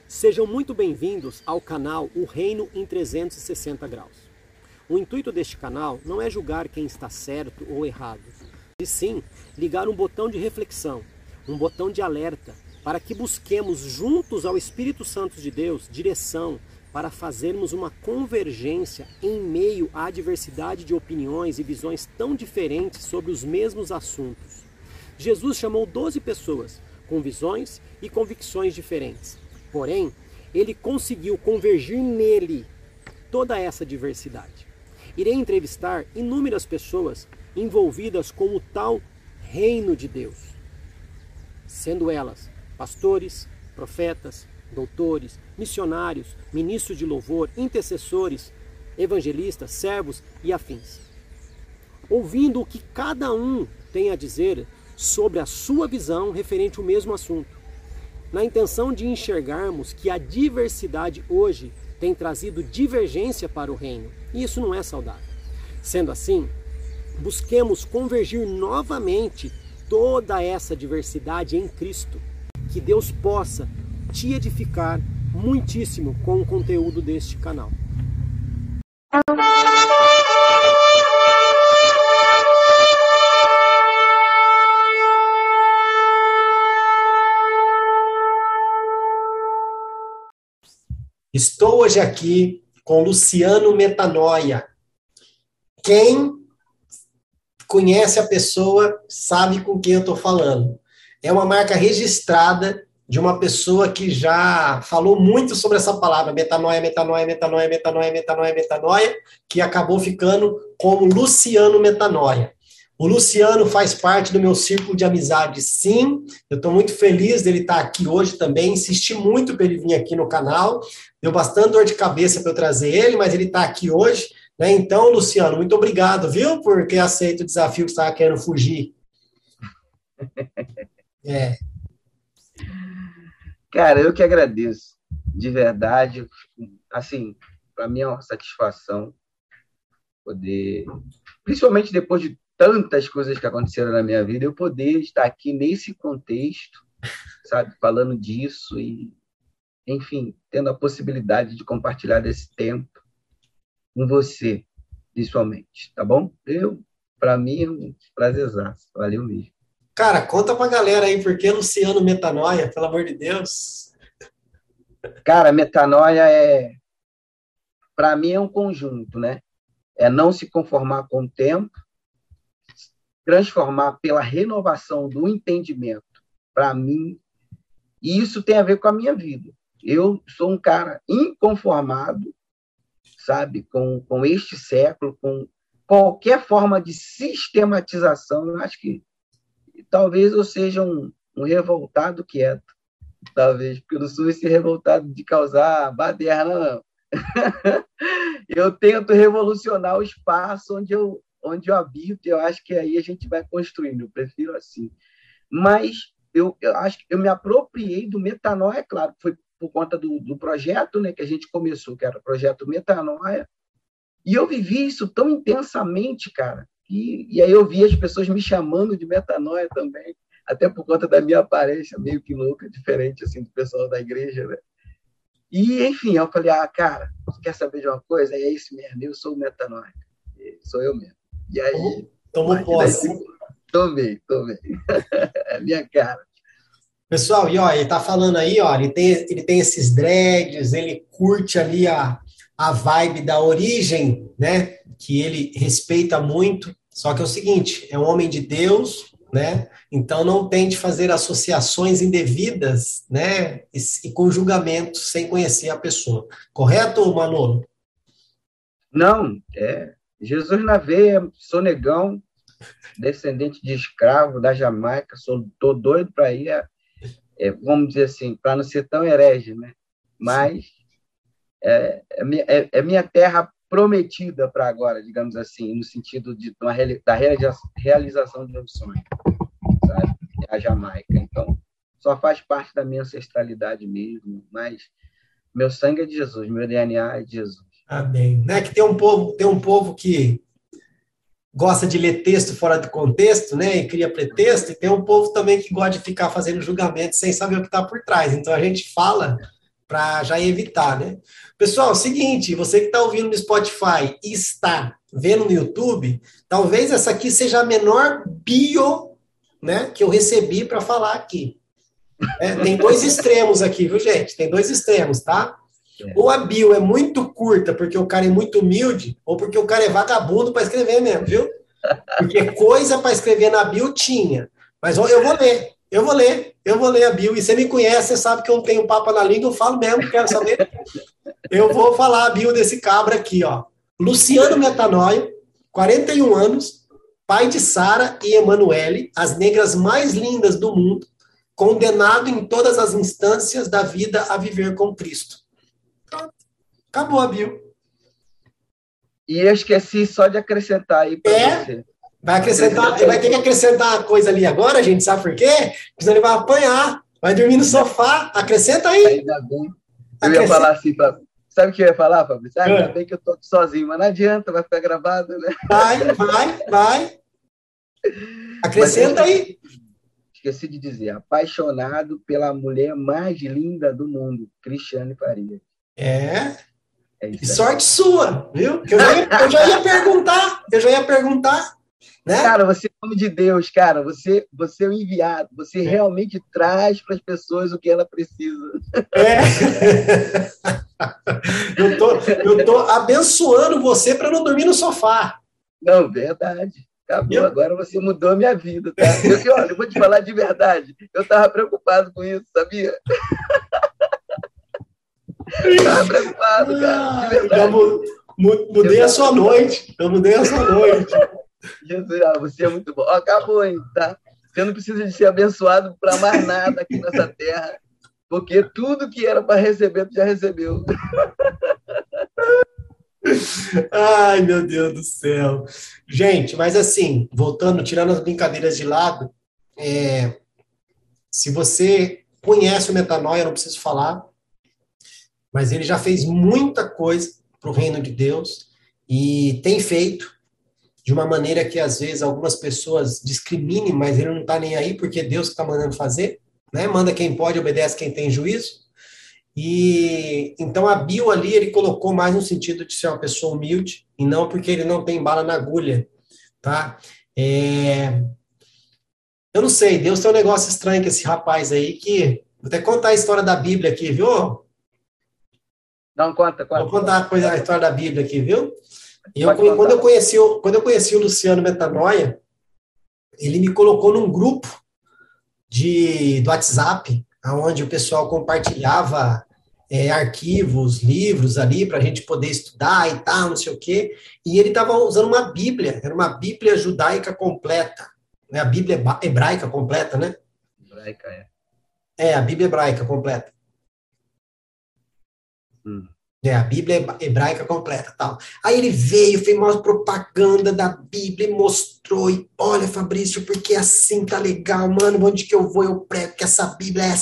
Sejam muito bem-vindos ao canal O Reino em 360 Graus. O intuito deste canal não é julgar quem está certo ou errado, e sim ligar um botão de reflexão, um botão de alerta, para que busquemos juntos ao Espírito Santo de Deus direção para fazermos uma convergência em meio à diversidade de opiniões e visões tão diferentes sobre os mesmos assuntos. Jesus chamou 12 pessoas com visões e convicções diferentes. Porém, ele conseguiu convergir nele toda essa diversidade. Irei entrevistar inúmeras pessoas envolvidas com o tal reino de Deus, sendo elas pastores, profetas, doutores, missionários, ministros de louvor, intercessores, evangelistas, servos e afins. Ouvindo o que cada um tem a dizer sobre a sua visão referente ao mesmo assunto, na intenção de enxergarmos que a diversidade hoje tem trazido divergência para o reino, e isso não é saudável. Sendo assim, busquemos convergir novamente toda essa diversidade em Cristo. Que Deus possa te edificar muitíssimo com o conteúdo deste canal. Estou hoje aqui com Luciano Metanoia. Quem conhece a pessoa sabe com quem eu estou falando. É uma marca registrada de uma pessoa que já falou muito sobre essa palavra, metanoia, metanoia, metanoia, metanoia, metanoia, metanoia, que acabou ficando como Luciano Metanoia. O Luciano faz parte do meu círculo de amizade, sim. Eu estou muito feliz dele estar aqui hoje também. Insisti muito para ele vir aqui no canal. Deu bastante dor de cabeça para eu trazer ele, mas ele está aqui hoje, né? Então, Luciano, muito obrigado, viu, por ter aceito o desafio que você estava querendo fugir. Cara, eu que agradeço, de verdade. Assim, para mim é uma satisfação poder, principalmente depois de tantas coisas que aconteceram na minha vida, eu poder estar aqui nesse contexto, sabe, falando disso e, enfim, tendo a possibilidade de compartilhar desse tempo com você, principalmente, tá bom? Para mim, é um prazerzaço. Valeu mesmo. Cara, conta pra galera aí, por que Luciano Metanoia, pelo amor de Deus? Cara, metanoia para mim é um conjunto, né? É não se conformar com o tempo, transformar pela renovação do entendimento, para mim, e isso tem a ver com a minha vida. Eu sou um cara inconformado, sabe, com este século, com qualquer forma de sistematização. Eu acho que talvez eu seja um revoltado quieto, talvez, porque eu não sou esse revoltado de causar baderna, não. Eu tento revolucionar o espaço onde eu habito, e eu acho que aí a gente vai construindo, eu prefiro assim. Mas eu acho que eu me apropriei do metanoia, claro, foi por conta do projeto, né, que a gente começou, que era o projeto Metanoia, e eu vivi isso tão intensamente, cara, e aí eu vi as pessoas me chamando de metanoia também, até por conta da minha aparência meio que louca, diferente assim do pessoal da igreja, né? E, enfim, eu falei, cara, você quer saber de uma coisa? É isso mesmo, eu sou o metanoia, sou eu mesmo. E aí... Tomou posse. Tomei. É minha cara. Pessoal, e ó, ele tá falando aí, ó, ele tem esses dreads, ele curte ali a vibe da origem, né, que ele respeita muito, só que é o seguinte, é um homem de Deus, né, então não tente fazer associações indevidas, né, e com julgamento sem conhecer a pessoa. Correto, Manolo? Não, Jesus na veia, sou negão, descendente de escravo da Jamaica, tô doido para ir, vamos dizer assim, para não ser tão herege, né? Mas é minha terra prometida para agora, digamos assim, no sentido da realização de um sonho, sabe? A Jamaica. Então, só faz parte da minha ancestralidade mesmo, mas meu sangue é de Jesus, meu DNA é de Jesus. Amém. Né? Que tem um povo que gosta de ler texto fora de contexto, né, e cria pretexto, e tem um povo também que gosta de ficar fazendo julgamento sem saber o que está por trás. Então, a gente fala para já evitar, né? Pessoal, é o seguinte, você que está ouvindo no Spotify e está vendo no YouTube, talvez essa aqui seja a menor bio, né, que eu recebi para falar aqui. Tem dois extremos aqui, viu, gente? Tem dois extremos, tá? Ou a bio é muito curta porque o cara é muito humilde, ou porque o cara é vagabundo para escrever mesmo, viu? Porque coisa para escrever na bio tinha. Mas eu vou ler a bio. E você me conhece, você sabe que eu não tenho papo na língua, eu falo mesmo, quero saber. Eu vou falar a bio desse cabra aqui, ó. Luciano Metanoia, 41 anos, pai de Sara e Emanuele, as negras mais lindas do mundo, condenado em todas as instâncias da vida a viver com Cristo. Pronto. Acabou a bio. E eu esqueci só de acrescentar aí para você. Vai ter que acrescentar uma coisa ali agora, gente, sabe por quê? Porque senão ele vai apanhar, vai dormir no sofá. Acrescenta aí. Ainda bem. Eu ia falar assim, Fábio. Sabe o que eu ia falar, Fabrício? Ainda bem que eu tô aqui sozinho, mas não adianta, vai ficar gravado, né? Vai. Acrescenta aí. Esqueci de dizer, apaixonado pela mulher mais linda do mundo, Cristiane Faria. E sorte sua, viu? Que eu já ia perguntar, né? Cara, você é homem de Deus, cara, você é o enviado, você realmente traz para as pessoas o que ela precisa. Eu tô abençoando você para não dormir no sofá. Não, verdade. Acabou, agora você mudou a minha vida, tá? Olha, eu vou te falar de verdade, eu estava preocupado com isso, sabia? Estava preocupado, cara, de verdade. Mudei a sua noite. Eu mudei a sua noite. Jesus, você é muito bom. Acabou, hein, tá? Você não precisa de ser abençoado para mais nada aqui nessa terra, porque tudo que era para receber, tu já recebeu. Ai, meu Deus do céu. Gente, mas assim, voltando, tirando as brincadeiras de lado, se você conhece o Metanoia, eu não preciso falar, mas ele já fez muita coisa para o reino de Deus e tem feito de uma maneira que às vezes algumas pessoas discriminem, mas ele não está nem aí porque Deus que está mandando fazer, né? Manda quem pode, obedece quem tem juízo. E então a bio ali ele colocou mais no sentido de ser uma pessoa humilde e não porque ele não tem bala na agulha, tá? Eu não sei, Deus tem um negócio estranho com esse rapaz aí que vou até contar a história da Bíblia aqui, viu? Não, conta. Vou contar a história da Bíblia aqui, viu? Quando eu conheci o Luciano Metanoia, ele me colocou num grupo do WhatsApp, onde o pessoal compartilhava arquivos, livros ali para a gente poder estudar e tal, não sei o quê. E ele estava usando uma Bíblia, era uma Bíblia judaica completa, né? A Bíblia hebraica completa, né? Hebraica, a Bíblia hebraica completa. A Bíblia hebraica completa, tal. Aí ele veio, fez uma propaganda da Bíblia e mostrou, e olha, Fabrício, porque assim tá legal, mano, onde que eu vou, eu prego que essa Bíblia,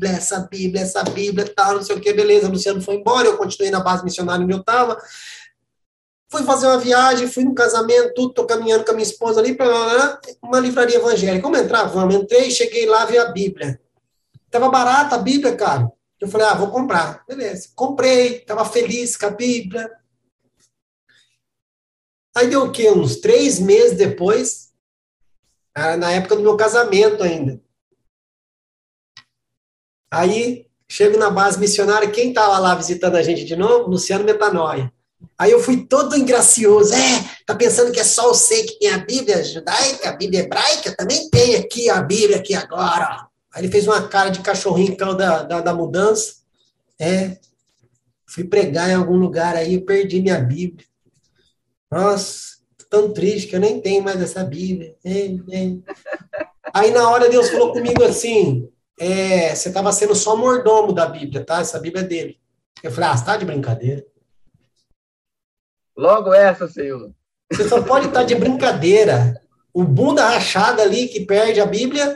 tal, não sei o que, beleza, o Luciano foi embora, eu continuei na base missionária onde eu tava, fui fazer uma viagem, fui num casamento, tudo, tô caminhando com a minha esposa ali, uma livraria evangélica, como entrar? Vamos, entrei, cheguei lá, vi a Bíblia. Tava barata a Bíblia, cara. Eu falei, vou comprar. Beleza. Comprei, estava feliz com a Bíblia. Aí deu o quê? Uns 3 meses depois, na época do meu casamento ainda. Aí, chego na base missionária, quem estava lá visitando a gente de novo? Luciano Metanoia. Aí eu fui todo engracioso. Tá pensando que é só você que tem a Bíblia judaica, a Bíblia hebraica? Também tem aqui a Bíblia aqui agora, ó. Aí ele fez uma cara de cachorrinho da mudança. Fui pregar em algum lugar aí, eu perdi minha Bíblia. Nossa, tô tão triste que eu nem tenho mais essa Bíblia. Aí na hora Deus falou comigo assim, você estava sendo só mordomo da Bíblia, tá? Essa Bíblia é dele. Eu falei, você tá de brincadeira. Logo essa, Senhor. Você só pode estar de brincadeira. O bunda rachada ali que perde a Bíblia...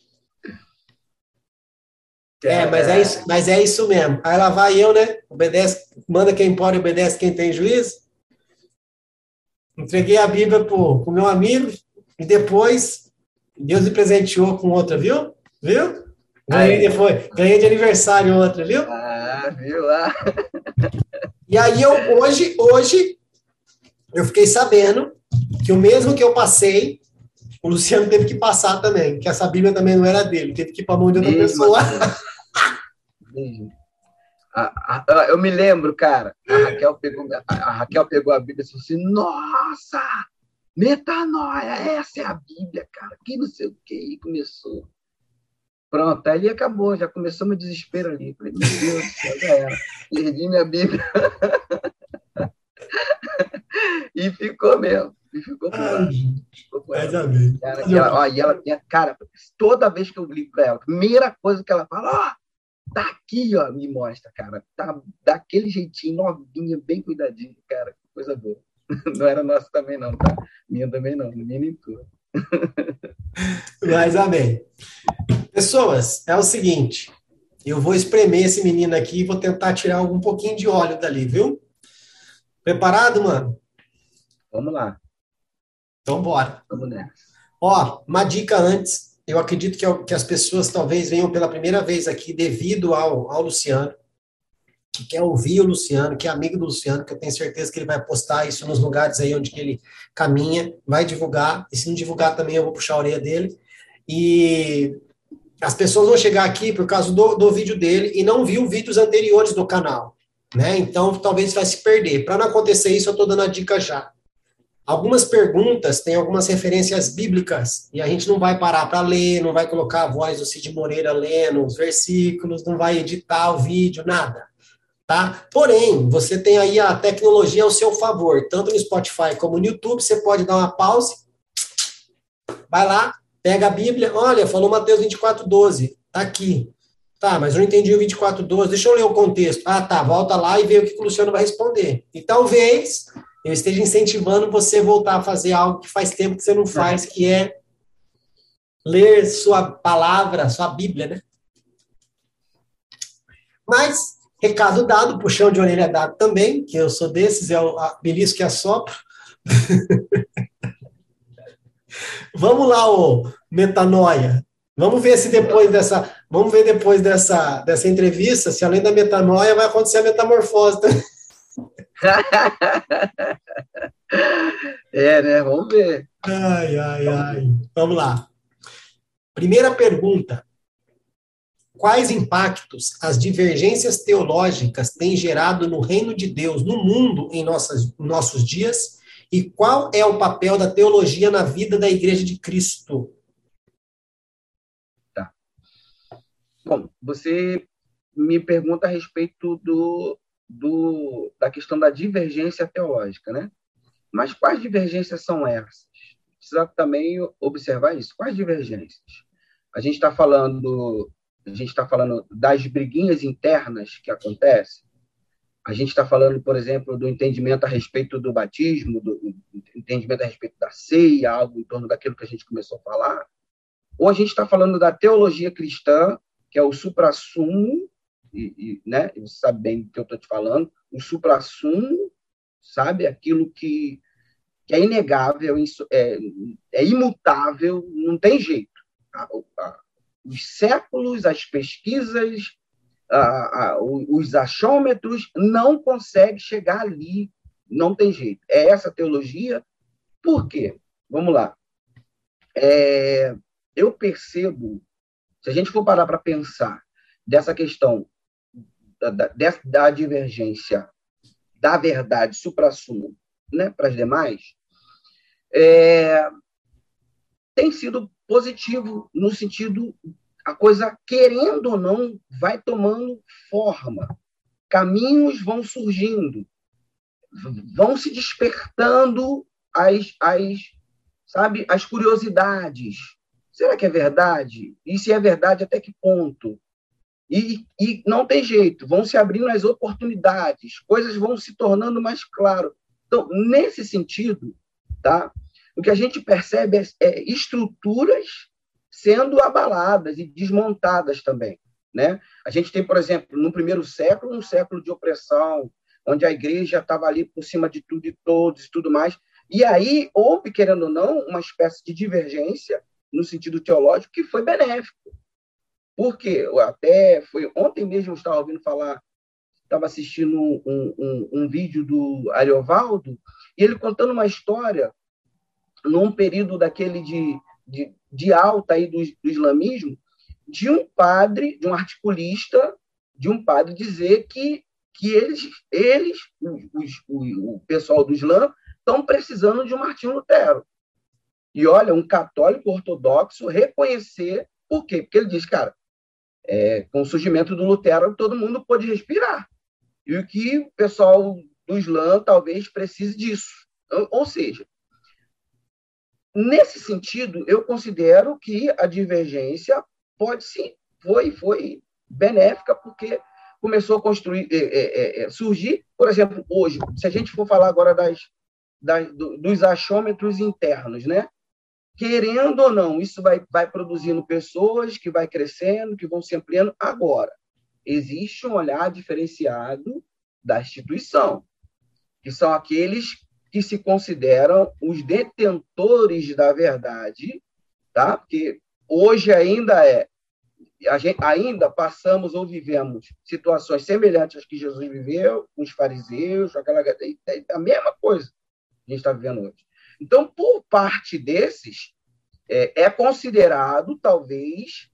Mas é isso mesmo. Aí lá vai eu, né? Obedece, manda quem pode, obedece quem tem juízo. Entreguei a Bíblia pro meu amigo e depois Deus me presenteou com outra, viu? Viu? Ganhei depois. Ganhei de aniversário outra, viu? Viu lá? E aí, hoje, eu fiquei sabendo que o mesmo que eu passei, o Luciano teve que passar também, que essa Bíblia também não era dele, teve que ir para a mão de outra pessoa. Mesmo. Eu me lembro, cara, a Raquel pegou a Bíblia e falou assim, nossa, metanoia, essa é a Bíblia, cara, que não sei o que, e começou. Pronto, aí acabou, já começou meu desespero ali. Falei, meu Deus do céu, já era. Perdi minha Bíblia. E ficou mesmo. E ficou por lá. Mas amém. Cara, e ela tinha, cara, toda vez que eu ligo para ela, a primeira coisa que ela fala, tá aqui, ó, me mostra, cara. Tá daquele jeitinho, novinha, bem cuidadinho, cara. Que coisa boa. Não era nossa também, não, tá? Minha também não, minha nem tua. Mas amém. Pessoas, é o seguinte, eu vou espremer esse menino aqui e vou tentar tirar um pouquinho de óleo dali, viu? Preparado, mano? Vamos lá. Então, bora. Vamos nessa. Ó, uma dica antes, eu acredito que as pessoas talvez venham pela primeira vez aqui devido ao Luciano, que quer ouvir o Luciano, que é amigo do Luciano, que eu tenho certeza que ele vai postar isso nos lugares aí onde que ele caminha, vai divulgar, e se não divulgar também eu vou puxar a orelha dele. E as pessoas vão chegar aqui por causa do vídeo dele e não viu vídeos anteriores do canal, né? Então, talvez vai se perder. Para não acontecer isso, eu estou dando a dica já. Algumas perguntas têm algumas referências bíblicas e a gente não vai parar para ler, não vai colocar a voz do Cid Moreira lendo os versículos, não vai editar o vídeo, nada, tá? Porém, você tem aí a tecnologia ao seu favor, tanto no Spotify como no YouTube, você pode dar uma pausa, vai lá, pega a Bíblia, olha, falou Mateus 24:12, tá aqui. Tá, mas eu não entendi o 24:12, deixa eu ler o contexto. Ah, tá, volta lá e vê o que o Luciano vai responder. E talvez eu esteja incentivando você a voltar a fazer algo que faz tempo que você não faz, que é ler sua palavra, sua Bíblia, né? Mas, recado dado, puxão de orelha dado também, que eu sou desses, é o belisco que assopro. Vamos lá, ô metanoia. Vamos ver depois dessa entrevista, se além da metanoia vai acontecer a metamorfose também. Né? Vamos ver. Ai. Vamos lá. Primeira pergunta. Quais impactos as divergências teológicas têm gerado no reino de Deus, no mundo, em nossos dias? E qual é o papel da teologia na vida da Igreja de Cristo? Tá. Bom, você me pergunta a respeito da questão da divergência teológica, né? Mas quais divergências são essas? Precisa também observar isso. Quais divergências? A gente está falando das briguinhas internas que acontecem. A gente está falando, por exemplo, do entendimento a respeito do batismo, do entendimento a respeito da ceia, algo em torno daquilo que a gente começou a falar. Ou a gente está falando da teologia cristã, que é o suprassumo, né? Você sabe bem do que eu estou te falando, o suprassumo, sabe? Aquilo que é inegável, é imutável, não tem jeito. Os séculos, as pesquisas, os achômetros não conseguem chegar ali, não tem jeito. É essa teologia. Por quê? Vamos lá. Eu percebo, se a gente for parar para pensar dessa questão da divergência da verdade suprassumo, né, para as demais, tem sido positivo no sentido, a coisa, querendo ou não, vai tomando forma. Caminhos vão surgindo, vão se despertando as curiosidades. Será que é verdade? E se é verdade, até que ponto? E não tem jeito, vão se abrindo as oportunidades, coisas vão se tornando mais claras. Então, nesse sentido, tá? O que a gente percebe é estruturas sendo abaladas e desmontadas também, né? A gente tem, por exemplo, no primeiro século, um século de opressão, onde a igreja estava ali por cima de tudo e todos e tudo mais. E aí houve, querendo ou não, uma espécie de divergência no sentido teológico que foi benéfico. Porque eu até foi ontem mesmo eu estava ouvindo falar, estava assistindo um vídeo do Ariovaldo, e ele contando uma história num período daquele de alta aí do islamismo, de um padre, de um articulista, de um padre dizer que o pessoal do Islã, estão precisando de um Martinho Lutero. E olha, um católico ortodoxo reconhecer, por quê? Porque ele diz, cara, com o surgimento do Lutero, todo mundo pôde respirar. E o que o pessoal do Islã talvez precise disso. Ou seja, nesse sentido, eu considero que a divergência pode sim, foi benéfica, porque começou a surgir, por exemplo, hoje, se a gente for falar agora dos achômetros internos, né? Querendo ou não, isso vai produzindo pessoas que vai crescendo, que vão se ampliando. Agora, existe um olhar diferenciado da instituição, que são aqueles que se consideram os detentores da verdade, tá? Porque hoje ainda passamos ou vivemos situações semelhantes às que Jesus viveu, com os fariseus, a mesma coisa que a gente está vivendo hoje. Então, por parte desses, é considerado, talvez,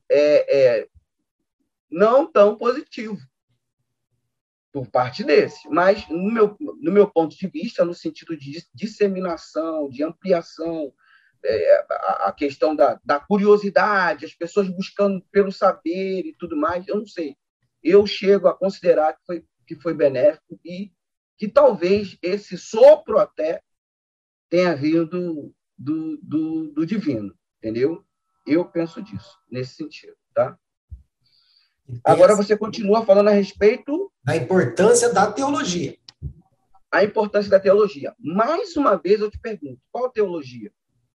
não tão positivo, por parte desse. Mas, no meu ponto de vista, no sentido de disseminação, de ampliação, a questão da curiosidade, as pessoas buscando pelo saber e tudo mais, eu não sei. Eu chego a considerar que foi benéfico e que talvez esse sopro até tenha vindo do divino, entendeu? Eu penso disso, nesse sentido, tá? Agora você continua falando a respeito da importância da teologia. A importância da teologia. Mais uma vez eu te pergunto, qual teologia?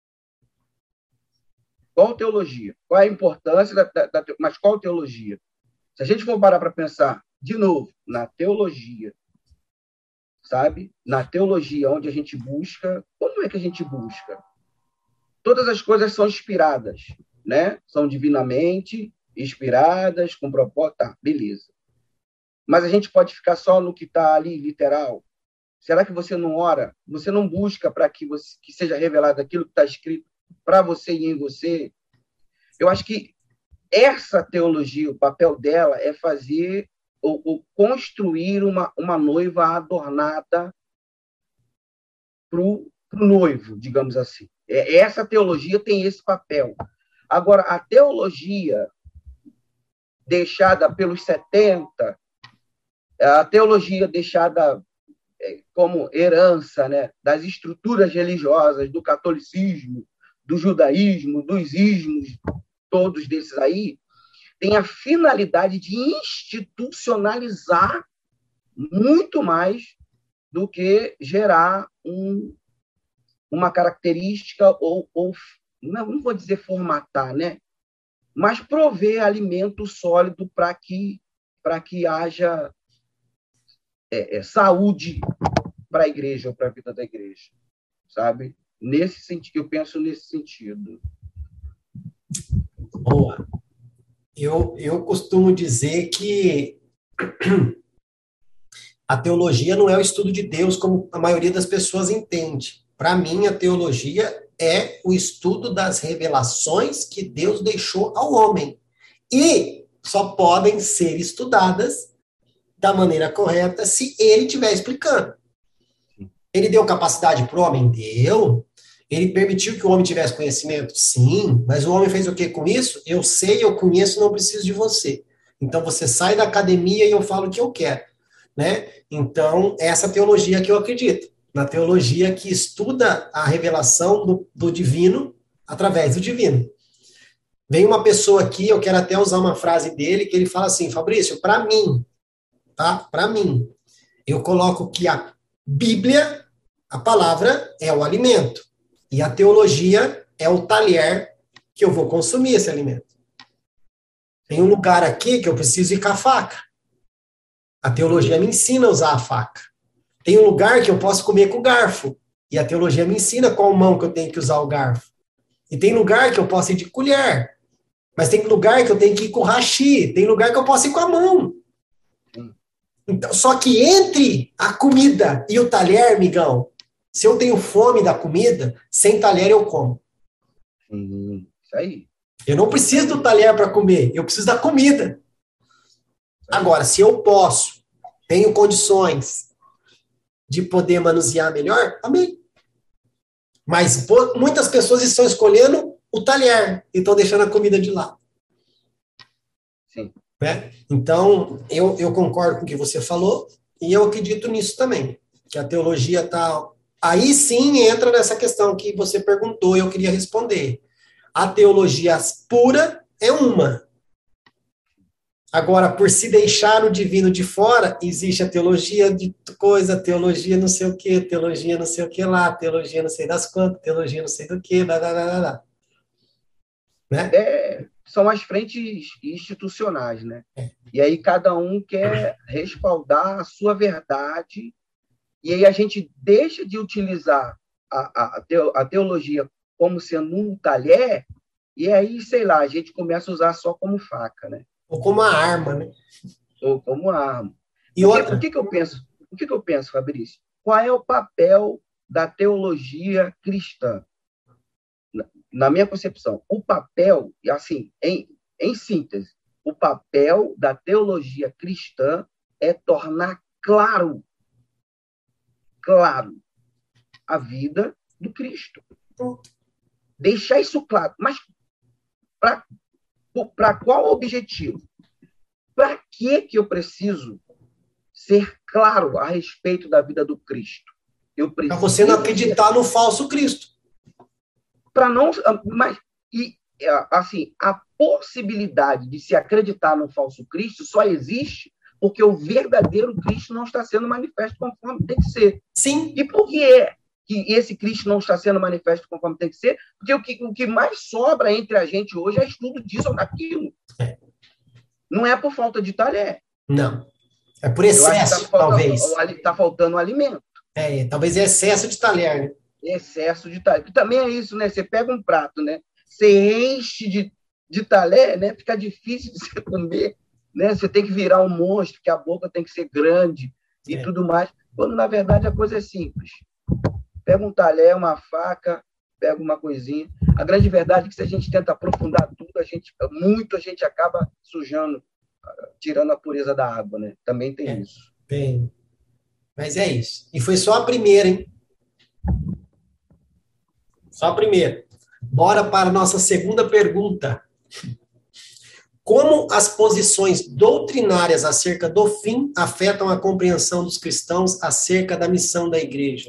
Qual teologia? Qual é a importância mas qual teologia? Se a gente for parar para pensar, de novo, na teologia, sabe? Na teologia, onde a gente busca, como é que a gente busca? Todas as coisas são inspiradas, né? São divinamente inspiradas, com propósito, tá, beleza. Mas a gente pode ficar só no que está ali, literal? Será que você não ora? Você não busca para que seja revelado aquilo que está escrito para você e em você? Eu acho que essa teologia, o papel dela é fazer ou construir uma noiva adornada para o noivo, digamos assim. Essa teologia tem esse papel. Agora, a teologia deixada pelos 70, a teologia deixada como herança, né, das estruturas religiosas, do catolicismo, do judaísmo, dos ismos, todos desses aí, tem a finalidade de institucionalizar muito mais do que gerar uma característica ou não vou dizer formatar, né? Mas prover alimento sólido para que haja saúde para a igreja ou para a vida da igreja, sabe? Nesse sentido, eu penso nesse sentido. Boa. Eu costumo dizer que a teologia não é o estudo de Deus como a maioria das pessoas entende. Para mim, a teologia é o estudo das revelações que Deus deixou ao homem. E só podem ser estudadas da maneira correta se ele estiver explicando. Ele deu capacidade para o homem? Deu. Ele permitiu que o homem tivesse conhecimento? Sim. Mas o homem fez o que com isso? Eu sei, eu conheço, não preciso de você. Então você sai da academia e eu falo o que eu quero, né? Então, essa teologia que eu acredito. Na teologia que estuda a revelação do divino através do divino. Vem uma pessoa aqui, eu quero até usar uma frase dele, que ele fala assim, Fabrício, para mim, tá? Para mim, eu coloco que a Bíblia, a palavra, é o alimento. E a teologia é o talher que eu vou consumir esse alimento. Tem um lugar aqui que eu preciso ir com a faca. A teologia me ensina a usar a faca. Tem um lugar que eu posso comer com o garfo. E a teologia me ensina qual mão que eu tenho que usar o garfo. E tem lugar que eu posso ir de colher. Mas tem lugar que eu tenho que ir com hashi, tem lugar que eu posso ir com a mão. Então, só que entre a comida e o talher, migão, se eu tenho fome da comida, sem talher eu como. Isso aí. Eu não preciso do talher para comer, eu preciso da comida. Agora, se eu posso, tenho condições de poder manusear melhor, amém. Mas muitas pessoas estão escolhendo o talher e estão deixando a comida de lado. Sim. Né? Então, eu concordo com o que você falou e eu acredito nisso também, que a teologia está... Aí sim entra nessa questão que você perguntou e eu queria responder. A teologia pura é uma. Agora, por se deixar o divino de fora, existe a teologia de coisa, teologia não sei o que, teologia não sei o que lá, teologia não sei das quantas, teologia não sei do que, né? São as frentes institucionais, né? E aí cada um quer respaldar a sua verdade, e aí a gente deixa de utilizar a teologia como sendo um talher, e aí, sei lá, a gente começa a usar só como faca, né? Ou como uma arma, né? Ou como arma. E outra... O que eu penso, Fabrício? Qual é o papel da teologia cristã? Na minha concepção, o papel, assim, em síntese, o papel da teologia cristã é tornar claro a vida do Cristo. Deixar isso claro. Mas para qual objetivo? Para que eu preciso ser claro a respeito da vida do Cristo? Para você não acreditar no falso Cristo. Para não... Mas, assim, a possibilidade de se acreditar no falso Cristo só existe porque o verdadeiro Cristo não está sendo manifesto conforme tem que ser. Sim. E por que é que esse Cristo não está sendo manifesto conforme tem que ser? Porque o que mais sobra entre a gente hoje é estudo disso ou daquilo. Não é por falta de talher. Não. É por excesso, talvez. Está faltando alimento. Talvez é excesso de talher, né? Excesso de talher. Que também é isso, né? Você pega um prato, né? Você enche de talher, né? Fica difícil de você comer, né? Você tem que virar um monstro, que a boca tem que ser grande e tudo mais. Quando, na verdade, a coisa é simples. Pega um talher, uma faca, pega uma coisinha. A grande verdade é que se a gente tenta aprofundar tudo, a gente acaba sujando, tirando a pureza da água, né? Também tem isso. Tem. Mas é isso. E foi só a primeira, hein? Só a primeira. Bora para a nossa segunda pergunta. Como as posições doutrinárias acerca do fim afetam a compreensão dos cristãos acerca da missão da igreja?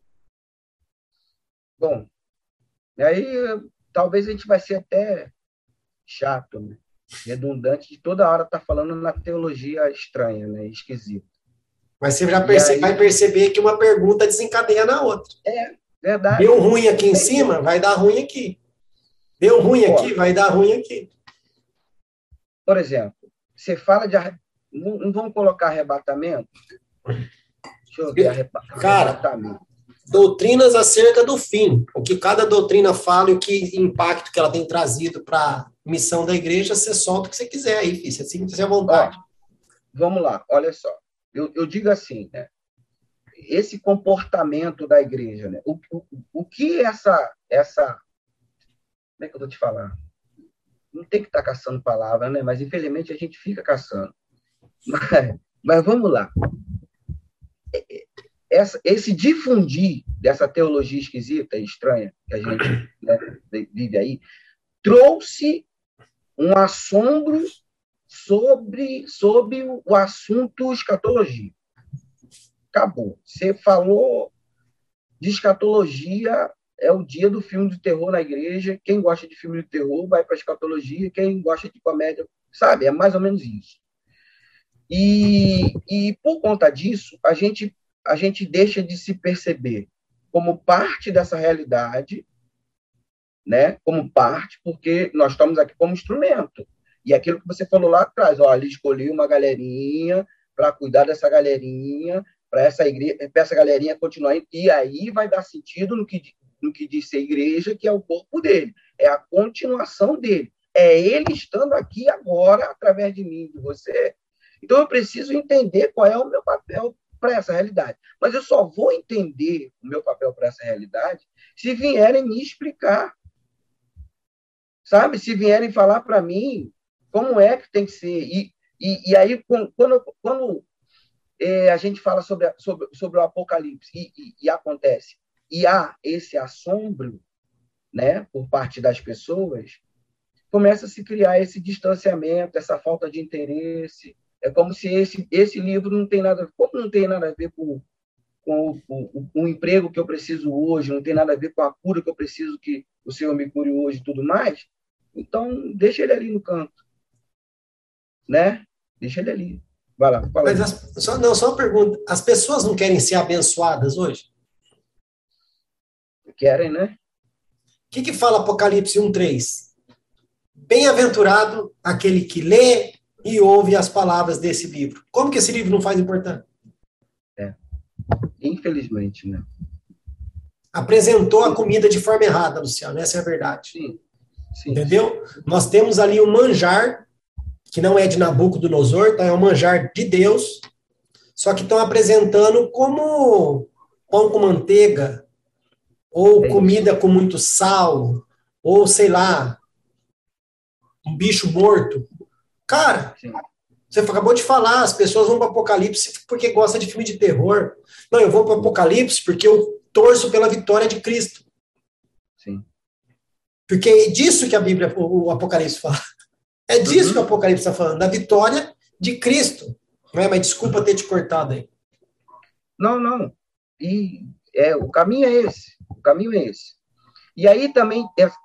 Bom, aí talvez a gente vai ser até chato, né? Redundante de toda hora estar falando na teologia estranha, né? Esquisita. Mas você já vai perceber que uma pergunta desencadeia na outra. Verdade. Deu ruim aqui em cima, vai dar ruim aqui. Deu ruim aqui, vai dar ruim aqui. Por exemplo, você fala de... Não vamos colocar arrebatamento? Deixa eu ver arrebatamento. Cara, doutrinas acerca do fim. O que cada doutrina fala e o que impacto que ela tem trazido para a missão da igreja, você solta o que você quiser aí, filho. Você sinta à vontade. Vamos lá, olha só. Eu digo assim, né? Esse comportamento da igreja, né? O que essa... Como é que eu vou te falar? Não tem que estar caçando palavra, né? Mas, infelizmente, a gente fica caçando. Mas vamos lá. Esse difundir dessa teologia esquisita e estranha que a gente, né, vive aí, trouxe um assombro sobre o assunto escatologia. Acabou. Você falou de escatologia, é o dia do filme de terror na igreja. Quem gosta de filme de terror vai para a escatologia, quem gosta de comédia, sabe? É mais ou menos isso. E por conta disso, a gente deixa de se perceber como parte dessa realidade, né? Como parte, porque nós estamos aqui como instrumento. E aquilo que você falou lá atrás, ele escolheu uma galerinha para cuidar dessa galerinha, para essa galerinha continuar, e aí vai dar sentido no que diz ser igreja, que é o corpo dele, é a continuação dele. é ele estando aqui agora, através de mim, de você. Então, eu preciso entender qual é o meu papel para essa realidade. Mas eu só vou entender o meu papel para essa realidade se vierem me explicar. Sabe? Se vierem falar para mim como é que tem que ser. E aí, quando a gente fala sobre o Apocalipse e acontece, e há esse assombro, né, por parte das pessoas, começa a se criar esse distanciamento, essa falta de interesse. É como se esse livro não tem nada, como não tem nada a ver com o emprego que eu preciso hoje, não tem nada a ver com a cura que eu preciso que o Senhor me cure hoje e tudo mais, então deixa ele ali no canto, né? Deixa ele ali. Vai lá, fala aí. Mas só uma pergunta. As pessoas não querem ser abençoadas hoje? Querem, né? O que fala Apocalipse 1:3? Bem-aventurado aquele que lê e ouve as palavras desse livro. Como que esse livro não faz importante? Infelizmente, né? Apresentou a comida de forma errada, Luciano. Essa é a verdade. Sim. Entendeu? Nós temos ali um manjar, que não é de Nabucodonosor, tá? É um manjar de Deus, só que estão apresentando como pão com manteiga, ou comida com muito sal, ou, sei lá, um bicho morto. Cara, Sim. Você acabou de falar, as pessoas vão para o Apocalipse porque gostam de filme de terror. Não, eu vou para o Apocalipse porque eu torço pela vitória de Cristo. Sim. Porque é disso que a Bíblia, o Apocalipse fala. É disso que o Apocalipse está falando, da vitória de Cristo. Não é? Mas desculpa ter te cortado aí. Não. E o caminho é esse. O caminho é esse. E aí também,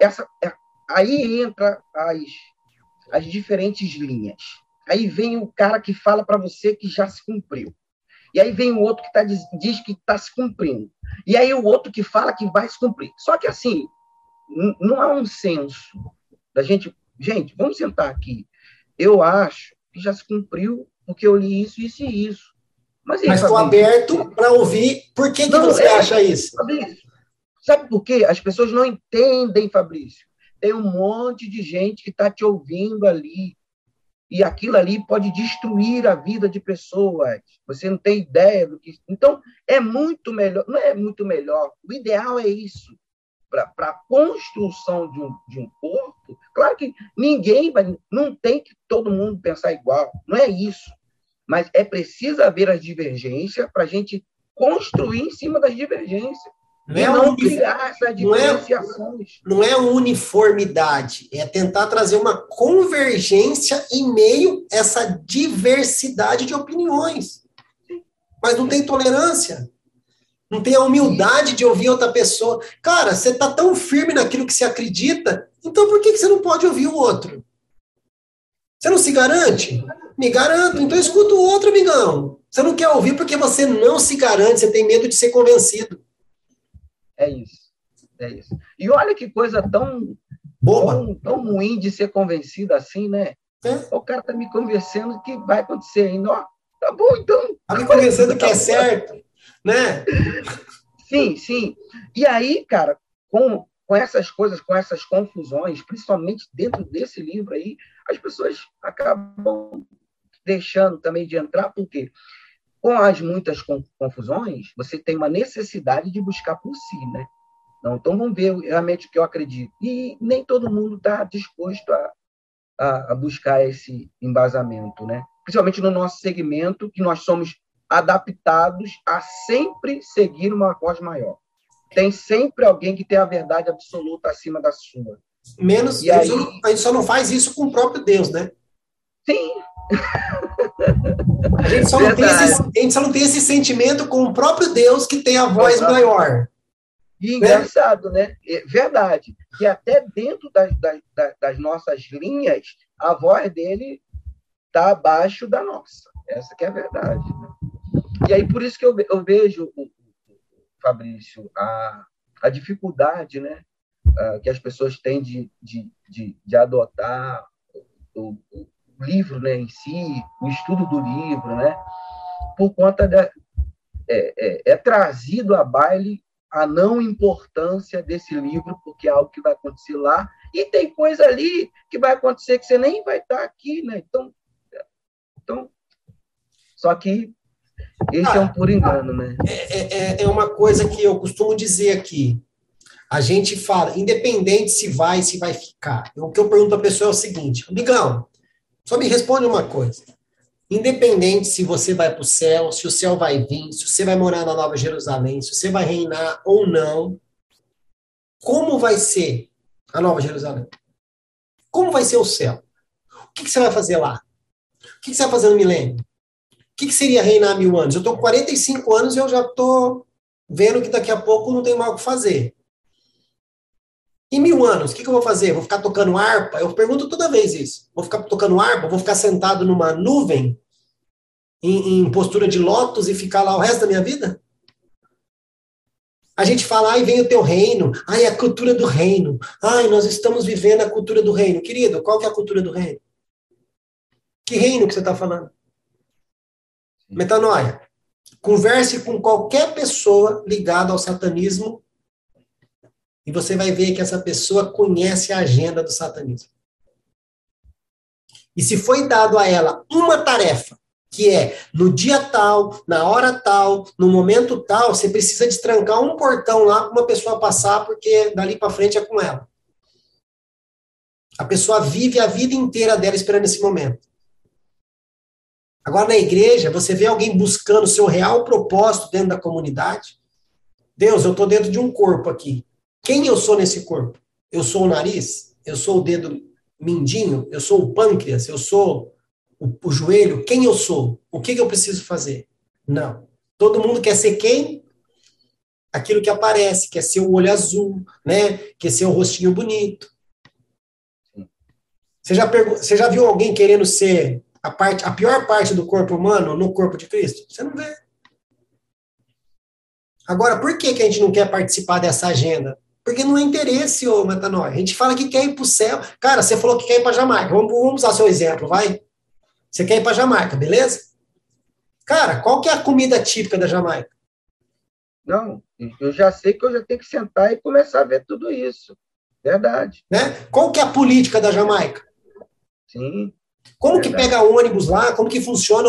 aí entra as diferentes linhas. Aí vem o cara que fala para você que já se cumpriu. E aí vem o outro que diz que está se cumprindo. E aí o outro que fala que vai se cumprir. Só que assim, não há um senso da gente... Gente, vamos sentar aqui. Eu acho que já se cumpriu porque eu li isso, isso e isso. Mas estou aberto para ouvir. Por que você acha isso? Fabrício, sabe por quê? As pessoas não entendem, Fabrício. Tem um monte de gente que está te ouvindo ali. E aquilo ali pode destruir a vida de pessoas. Você não tem ideia do que... Então, é muito melhor... Não é muito melhor. O ideal é isso. Para a construção de um corpo, claro que ninguém vai... Não tem que todo mundo pensar igual. Não é isso. Mas é preciso haver as divergências para a gente construir em cima das divergências. Não criar essas diferenciações. Não é uniformidade, é tentar trazer uma convergência em meio a essa diversidade de opiniões. Mas não tem tolerância. Não tem a humildade de ouvir outra pessoa. Cara, você está tão firme naquilo que você acredita, então por que você não pode ouvir o outro? Você não se garante? Me garanto, então escuta o outro, amigão. Você não quer ouvir porque você não se garante, você tem medo de ser convencido. É isso. E olha que coisa tão ruim de ser convencido assim, né? O cara tá me convencendo que vai acontecer ainda. Ó, tá bom, então. Tá me convencendo que é certo, né? Sim. E aí, cara, com essas coisas, com essas confusões, principalmente dentro desse livro aí, as pessoas acabam deixando também de entrar, porque com as muitas confusões, você tem uma necessidade de buscar por si, né? Então, vamos ver realmente o que eu acredito. E nem todo mundo está disposto a buscar esse embasamento, né? Principalmente no nosso segmento, que nós somos adaptados a sempre seguir uma voz maior. Tem sempre alguém que tem a verdade absoluta acima da sua. Menos, a gente só não faz isso com o próprio Deus, né? Sim. A gente só não tem esse sentimento com o próprio Deus que tem a voz maior. E engraçado, né? É verdade. Que até dentro das nossas linhas, a voz dele está abaixo da nossa. Essa que é a verdade. Né? E aí, por isso que eu vejo, Fabrício, a dificuldade, né? Que as pessoas têm de adotar o livro, né, em si, o estudo do livro, né, por conta é trazido à baile a não importância desse livro, porque é algo que vai acontecer lá E tem coisa ali que vai acontecer que você nem vai estar aqui, né? Então só que esse é um puro engano, né? É uma coisa que eu costumo dizer aqui. A gente fala, independente se vai ficar. O que eu pergunto à pessoa é o seguinte, amigão, só me responde uma coisa. Independente se você vai para o céu, se o céu vai vir, se você vai morar na Nova Jerusalém, se você vai reinar ou não, como vai ser a Nova Jerusalém? Como vai ser o céu? O que você vai fazer lá? O que você vai fazer no milênio? O que seria reinar 1000 anos? Eu estou com 45 anos e eu já estou vendo que daqui a pouco não tem mais o que fazer. Em 1000 anos, o que eu vou fazer? Vou ficar tocando harpa? Eu pergunto toda vez isso. Vou ficar tocando harpa? Vou ficar sentado numa nuvem, em postura de lótus e ficar lá o resto da minha vida? A gente fala, ai, vem o teu reino. Ai, a cultura do reino. Ai, nós estamos vivendo a cultura do reino. Querido, qual que é a cultura do reino? Que reino que você está falando? Metanoia. Converse com qualquer pessoa ligada ao satanismo e você vai ver que essa pessoa conhece a agenda do satanismo. E se foi dado a ela uma tarefa, que é no dia tal, na hora tal, no momento tal, você precisa destrancar um portão lá para uma pessoa passar, porque dali para frente é com ela. A pessoa vive a vida inteira dela esperando esse momento. Agora, na igreja, você vê alguém buscando o seu real propósito dentro da comunidade. Deus, eu estou dentro de um corpo aqui. Quem eu sou nesse corpo? Eu sou o nariz? Eu sou o dedo mindinho? Eu sou o pâncreas? Eu sou o joelho? Quem eu sou? O que eu preciso fazer? Não. Todo mundo quer ser quem? Aquilo que aparece, quer ser o olho azul, né? Quer ser o rostinho bonito. Você já viu alguém querendo ser a pior parte do corpo humano no corpo de Cristo? Você não vê. Agora, por que a gente não quer participar dessa agenda? Porque não é interesse, ô Metanoia. A gente fala que quer ir para o céu. Cara, você falou que quer ir para Jamaica. Vamos usar seu exemplo, vai? Você quer ir para Jamaica, beleza? Cara, qual que é a comida típica da Jamaica? Não, eu já sei que eu já tenho que sentar e começar a ver tudo isso. Verdade. Né? Qual que é a política da Jamaica? Sim. Como que pega ônibus lá? Como que funciona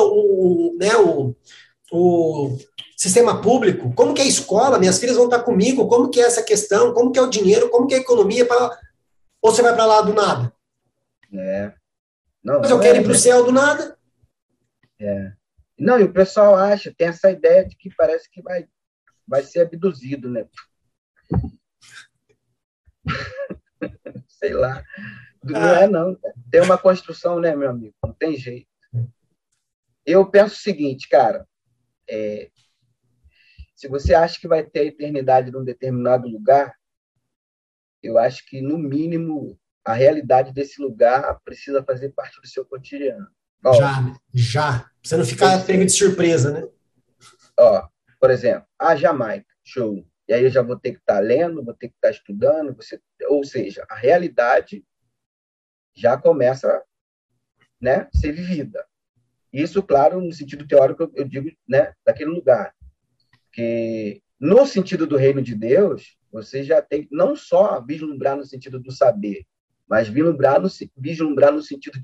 o sistema público? Como que é a escola? Minhas filhas vão estar comigo? Como que é essa questão? Como que é o dinheiro? Como que é a economia? Ou você vai para lá do nada? Não, mas eu quero ir para o céu do nada? Não, e o pessoal tem essa ideia de que parece que vai ser abduzido, né? Sei lá. Não não. Tem uma construção, né, meu amigo? Não tem jeito. Eu penso o seguinte, cara. Se você acha que vai ter a eternidade num determinado lugar, eu acho que, no mínimo, a realidade desse lugar precisa fazer parte do seu cotidiano. Já. Você não ficar pego de surpresa, né? Por exemplo, a Jamaica, show. E aí eu já vou ter que estar lendo, vou ter que estar estudando, ou seja, a realidade já começa a, né, ser vivida. Isso, claro, no sentido teórico, eu digo, né, daquele lugar. Porque, no sentido do reino de Deus, você já tem não só vislumbrar no sentido do saber, mas vislumbrar no sentido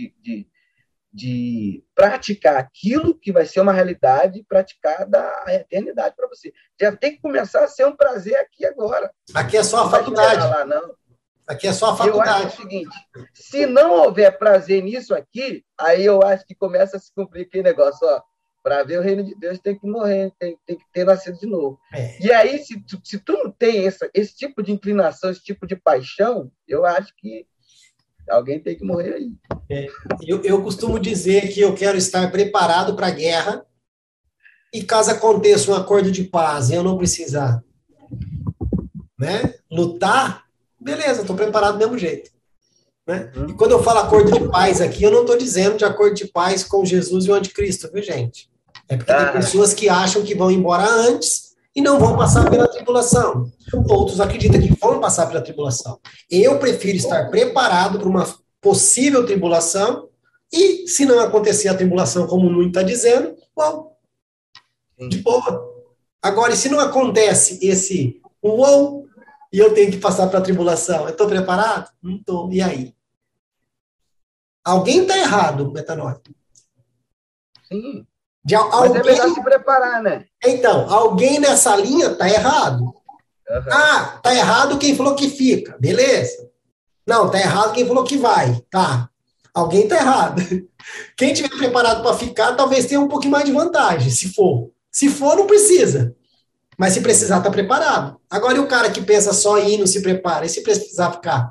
de praticar aquilo que vai ser uma realidade praticada a eternidade para você. Já tem que começar a ser um prazer aqui agora. Aqui é só a faculdade. Lá, não. Aqui é só a faculdade. Eu acho o seguinte, se não houver prazer nisso aqui, aí eu acho que começa a se cumprir aquele negócio, para ver o reino de Deus tem que morrer, tem que ter nascido de novo. E aí, se tu não tem esse tipo de inclinação, esse tipo de paixão, eu acho que alguém tem que morrer aí. Eu costumo dizer que eu quero estar preparado para a guerra e caso aconteça um acordo de paz e eu não precisar, né, lutar, beleza, estou preparado do mesmo jeito. Né? E quando eu falo acordo de paz aqui, eu não estou dizendo de acordo de paz com Jesus e o anticristo, viu, gente? É porque tem pessoas que acham que vão embora antes e não vão passar pela tribulação. Outros acreditam que vão passar pela tribulação. Eu prefiro estar preparado para uma possível tribulação e, se não acontecer a tribulação, como o Nuno está dizendo, bom, de boa. Agora, e se não acontece esse uou, e eu tenho que passar para a tribulação. Eu estou preparado? Não estou. E aí? Alguém está errado, metanoia. Sim. De Mas é melhor se preparar, né? Então, alguém nessa linha está errado. Uhum. Ah, está errado quem falou que fica. Beleza. Não, está errado quem falou que vai. Tá. Alguém está errado. Quem tiver preparado para ficar, talvez tenha um pouquinho mais de vantagem, se for. Se for, não precisa. Mas se precisar, está preparado. Agora, e o cara que pensa só em ir, não se prepara? E se precisar ficar?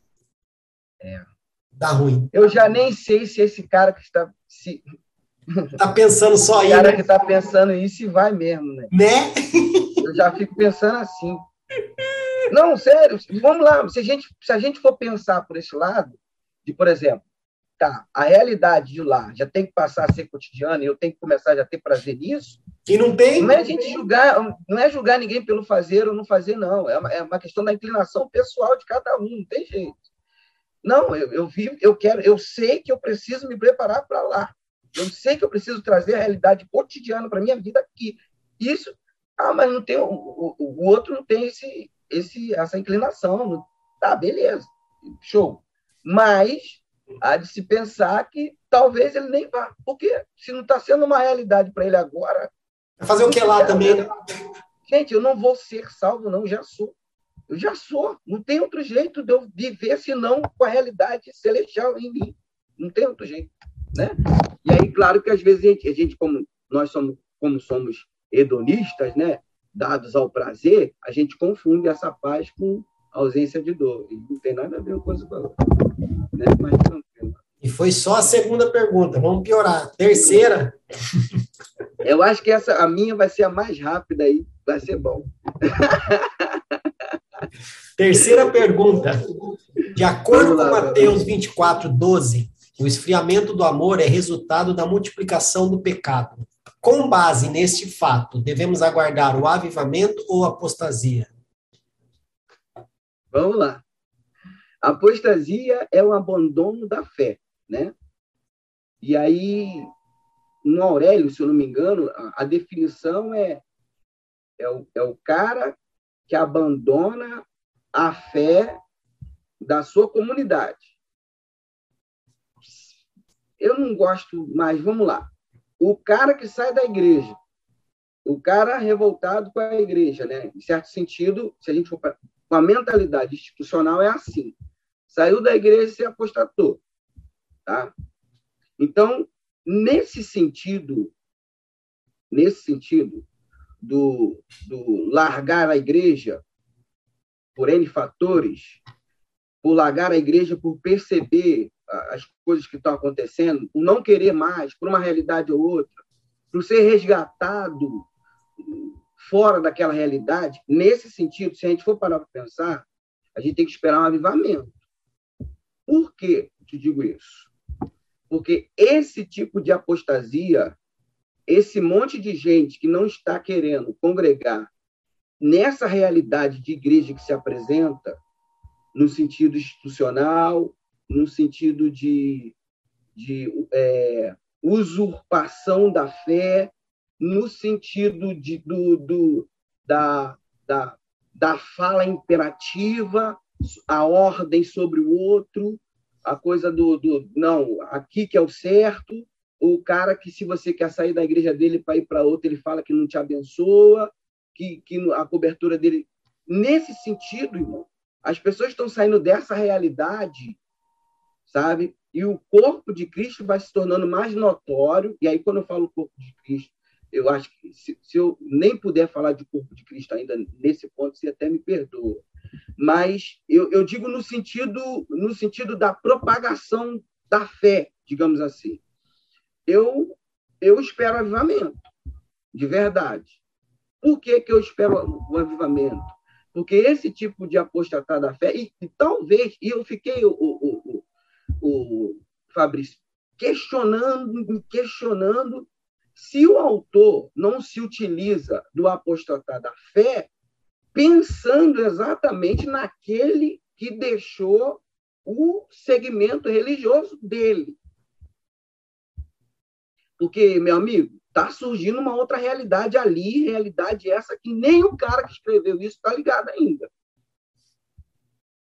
Dá ruim. Eu já nem sei se esse cara que está... Tá pensando só em ir. O cara que está pensando isso e vai mesmo, né? Né? Eu já fico pensando assim. Não, sério, vamos lá. Se a gente for pensar por esse lado, de, por exemplo, tá, a realidade de lá já tem que passar a ser cotidiana e eu tenho que começar a já ter prazer nisso. E não tem? Não é a gente julgar, não é julgar ninguém pelo fazer ou não fazer, não. É uma questão da inclinação pessoal de cada um, não tem jeito. Não, eu vivo, eu sei que eu preciso me preparar para lá. Eu sei que eu preciso trazer a realidade cotidiana para minha vida aqui. Isso, mas não tem, o outro não tem essa inclinação. Tá, beleza, show. Mas há de se pensar que talvez ele nem vá. Porque se não está sendo uma realidade para ele agora... Vai fazer o que lá também, né? Gente, eu não vou ser salvo, não, já sou. Eu já sou. Não tem outro jeito de eu viver senão com a realidade celestial em mim. Não tem outro jeito, né? E aí, claro que às vezes a gente como somos hedonistas, né? Dados ao prazer, a gente confunde essa paz com ausência de dor. E não tem nada a ver uma coisa com a outra. Né? Mas tranquilo. E foi só a segunda pergunta. Vamos piorar. Terceira. Eu acho que a minha vai ser a mais rápida aí. Vai ser bom. Terceira pergunta. De acordo com Mateus 24:12, o esfriamento do amor é resultado da multiplicação do pecado. Com base neste fato, devemos aguardar o avivamento ou apostasia? Vamos lá. A apostasia é o abandono da fé, né? E aí, no Aurélio, se eu não me engano, a definição é o cara que abandona a fé da sua comunidade. Eu não gosto mais, vamos lá. O cara que sai da igreja, o cara revoltado com a igreja, né? Em certo sentido, se a gente for com a mentalidade institucional, é assim. Saiu da igreja e se apostatou. Tá? Então, nesse sentido do largar a igreja por N fatores, por largar a igreja por perceber as coisas que estão acontecendo, por não querer mais, por uma realidade ou outra, por ser resgatado fora daquela realidade, nesse sentido, se a gente for parar para pensar, a gente tem que esperar um avivamento. Por que te digo isso? Porque esse tipo de apostasia, esse monte de gente que não está querendo congregar nessa realidade de igreja que se apresenta, no sentido institucional, no sentido de usurpação da fé, no sentido da fala imperativa, a ordem sobre o outro, a coisa não, aqui que é o certo, o cara que, se você quer sair da igreja dele para ir para outra, ele fala que não te abençoa, que a cobertura dele... Nesse sentido, irmão, as pessoas estão saindo dessa realidade, sabe? E o corpo de Cristo vai se tornando mais notório. E aí, quando eu falo corpo de Cristo, eu acho que se eu nem puder falar de corpo de Cristo ainda nesse ponto, você até me perdoa. Mas eu digo no sentido da propagação da fé, digamos assim. Eu espero avivamento, de verdade. Por que eu espero o avivamento? Porque esse tipo de apostatar da fé, e talvez, e eu fiquei, o Fabrício, questionando se o autor não se utiliza do apostatar da fé pensando exatamente naquele que deixou o segmento religioso dele. Porque, meu amigo, está surgindo uma outra realidade ali, realidade essa que nem o cara que escreveu isso está ligado ainda.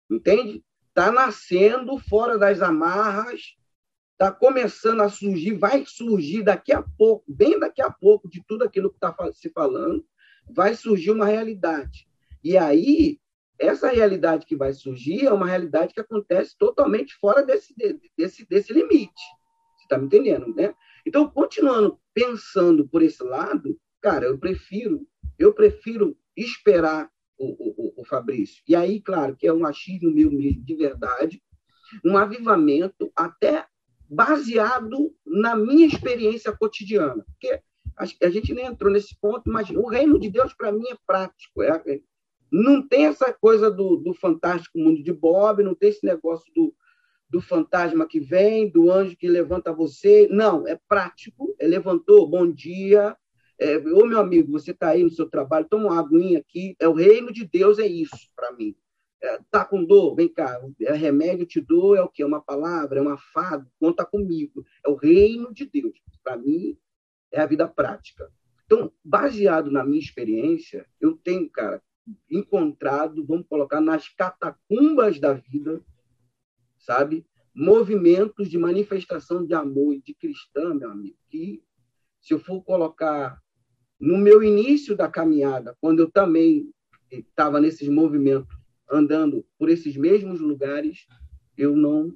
entende? Está nascendo fora das amarras, está começando a surgir, vai surgir daqui a pouco, bem daqui a pouco, de tudo aquilo que está se falando, vai surgir uma realidade. E aí, essa realidade que vai surgir é uma realidade que acontece totalmente fora desse limite. Você está me entendendo, né? Então, continuando pensando por esse lado, cara, eu prefiro esperar o Fabrício. E aí, claro, que é um achismo meu mesmo, de verdade, um avivamento até baseado na minha experiência cotidiana. Porque a gente nem entrou nesse ponto, mas o reino de Deus, para mim, é prático. Não tem essa coisa do fantástico mundo de Bob, não tem esse negócio do fantasma que vem, do anjo que levanta você. Não, é prático. Levantou, bom dia. Ô, meu amigo, você está aí no seu trabalho, toma uma aguinha aqui. O reino de Deus é isso para mim. Tá com dor? Vem cá. Remédio te dou, é o quê? Uma palavra, é uma fada, conta comigo. É o reino de Deus. Para mim, é a vida prática. Então, baseado na minha experiência, eu tenho, cara, encontrado, vamos colocar, nas catacumbas da vida, sabe? Movimentos de manifestação de amor e de cristã, meu amigo, que se eu for colocar no meu início da caminhada, quando eu também estava nesses movimentos, andando por esses mesmos lugares, eu não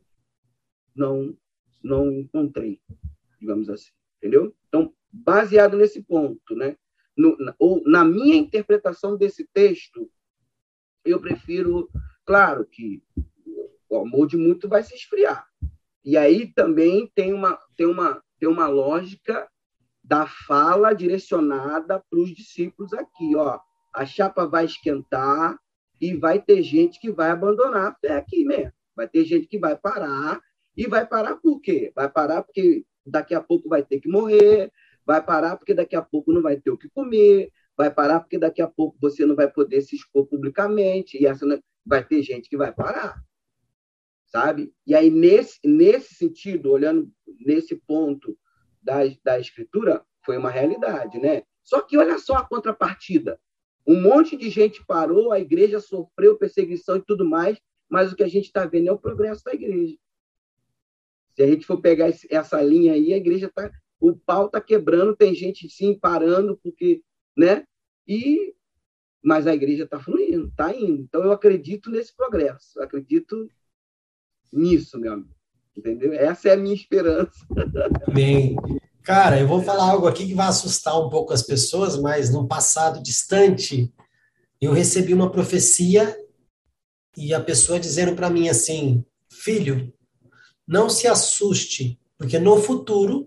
encontrei, digamos assim, entendeu? Então, baseado nesse ponto, né? Ou na minha interpretação desse texto, eu prefiro, claro que o amor de muito vai se esfriar. E aí também tem uma lógica da fala direcionada para os discípulos aqui, ó. A chapa vai esquentar e vai ter gente que vai abandonar a fé aqui mesmo. Vai ter gente que vai parar. E vai parar por quê? Vai parar porque daqui a pouco vai ter que morrer, vai parar porque daqui a pouco não vai ter o que comer, vai parar porque daqui a pouco você não vai poder se expor publicamente, e vai ter gente que vai parar, sabe? E aí, nesse sentido, olhando nesse ponto da Escritura, foi uma realidade, né? Só que olha só a contrapartida. Um monte de gente parou, a igreja sofreu perseguição e tudo mais, mas o que a gente está vendo é o progresso da igreja. Se a gente for pegar essa linha aí, a igreja está... O pau está quebrando, tem gente sim parando, porque, né? Mas a igreja está fluindo, está indo. Então, eu acredito nesse progresso, eu acredito nisso, meu amigo. Entendeu? Essa é a minha esperança. Bem, cara, eu vou falar algo aqui que vai assustar um pouco as pessoas, mas num passado distante, eu recebi uma profecia e a pessoa dizendo para mim assim: filho, não se assuste, porque no futuro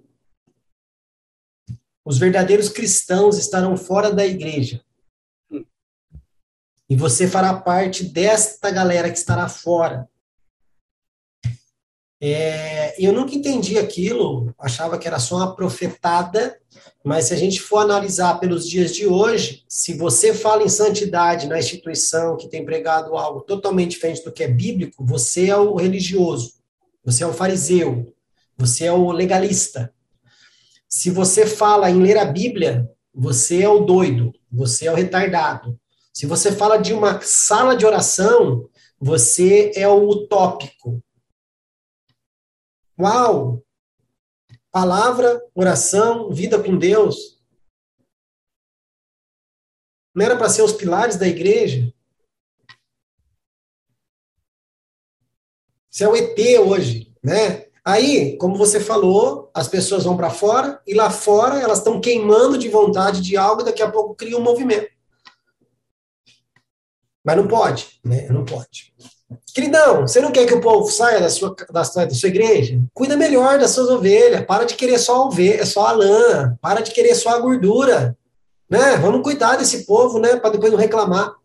os verdadeiros cristãos estarão fora da igreja. E você fará parte desta galera que estará fora. Eu nunca entendi aquilo, achava que era só uma profetada, mas se a gente for analisar pelos dias de hoje, se você fala em santidade na instituição que tem pregado algo totalmente diferente do que é bíblico, você é o religioso, você é o fariseu, você é o legalista. Se você fala em ler a Bíblia, você é o doido, você é o retardado. Se você fala de uma sala de oração, você é o utópico. Uau! Palavra, oração, vida com Deus. Não era para ser os pilares da igreja? Isso é o ET hoje, né? Aí, como você falou, as pessoas vão para fora e lá fora elas estão queimando de vontade de algo e daqui a pouco cria um movimento. Mas não pode, né? Não pode. Queridão, você não quer que o povo saia da sua igreja? Cuida melhor das suas ovelhas. Para de querer só a lã. Para de querer só a gordura. Né? Vamos cuidar desse povo, né? Para depois não reclamar.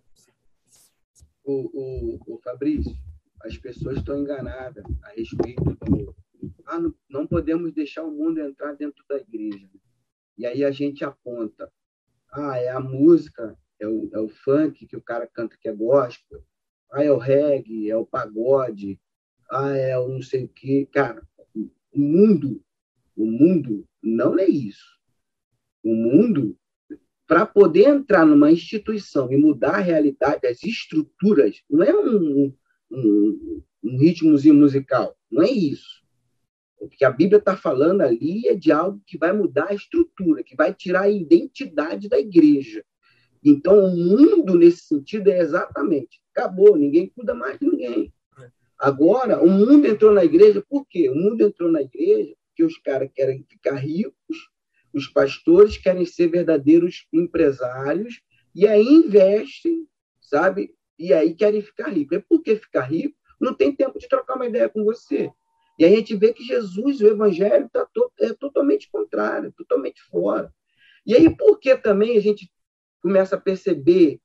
O Fabrício, as pessoas estão enganadas a respeito do... não podemos deixar o mundo entrar dentro da igreja. E aí a gente aponta. É a música, é o funk que o cara canta que é gospel. É o reggae, é o pagode, é o não sei o quê. Cara, o mundo não é isso. O mundo, para poder entrar numa instituição e mudar a realidade, as estruturas, não é um ritmozinho musical. Não é isso. O que a Bíblia está falando ali é de algo que vai mudar a estrutura, que vai tirar a identidade da igreja. Então, o mundo, nesse sentido, é exatamente, acabou, ninguém cuida mais de ninguém. Agora, o mundo entrou na igreja, por quê? O mundo entrou na igreja porque os caras querem ficar ricos, os pastores querem ser verdadeiros empresários, e aí investem, sabe? E aí querem ficar ricos. É porque ficar rico não tem tempo de trocar uma ideia com você. E a gente vê que Jesus, o evangelho, é totalmente contrário, totalmente fora. E aí, por que também a gente começa a perceber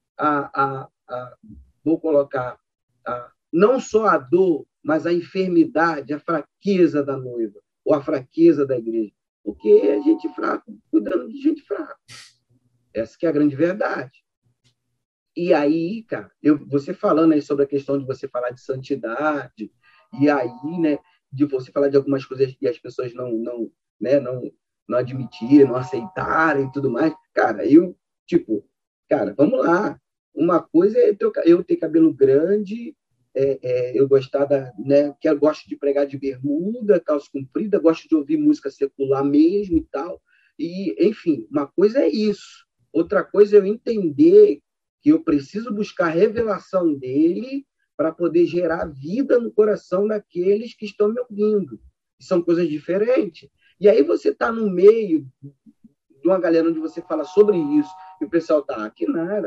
vou colocar, não só a dor, mas a enfermidade, a fraqueza da noiva, ou a fraqueza da igreja? Porque é gente fraca cuidando de gente fraca. Essa que é a grande verdade. E aí, cara, você falando aí sobre a questão de você falar de santidade, e aí, né, de você falar de algumas coisas que as pessoas não admitirem, não aceitarem e tudo mais, cara, vamos lá. Uma coisa é eu ter cabelo grande, eu gostar que eu gosto de pregar de bermuda, calça comprida, gosto de ouvir música secular mesmo e tal. E, enfim, uma coisa é isso. Outra coisa é eu entender que eu preciso buscar a revelação dele para poder gerar vida no coração daqueles que estão me ouvindo. São coisas diferentes. E aí você está no meio de uma galera onde você fala sobre isso, e o pessoal está, que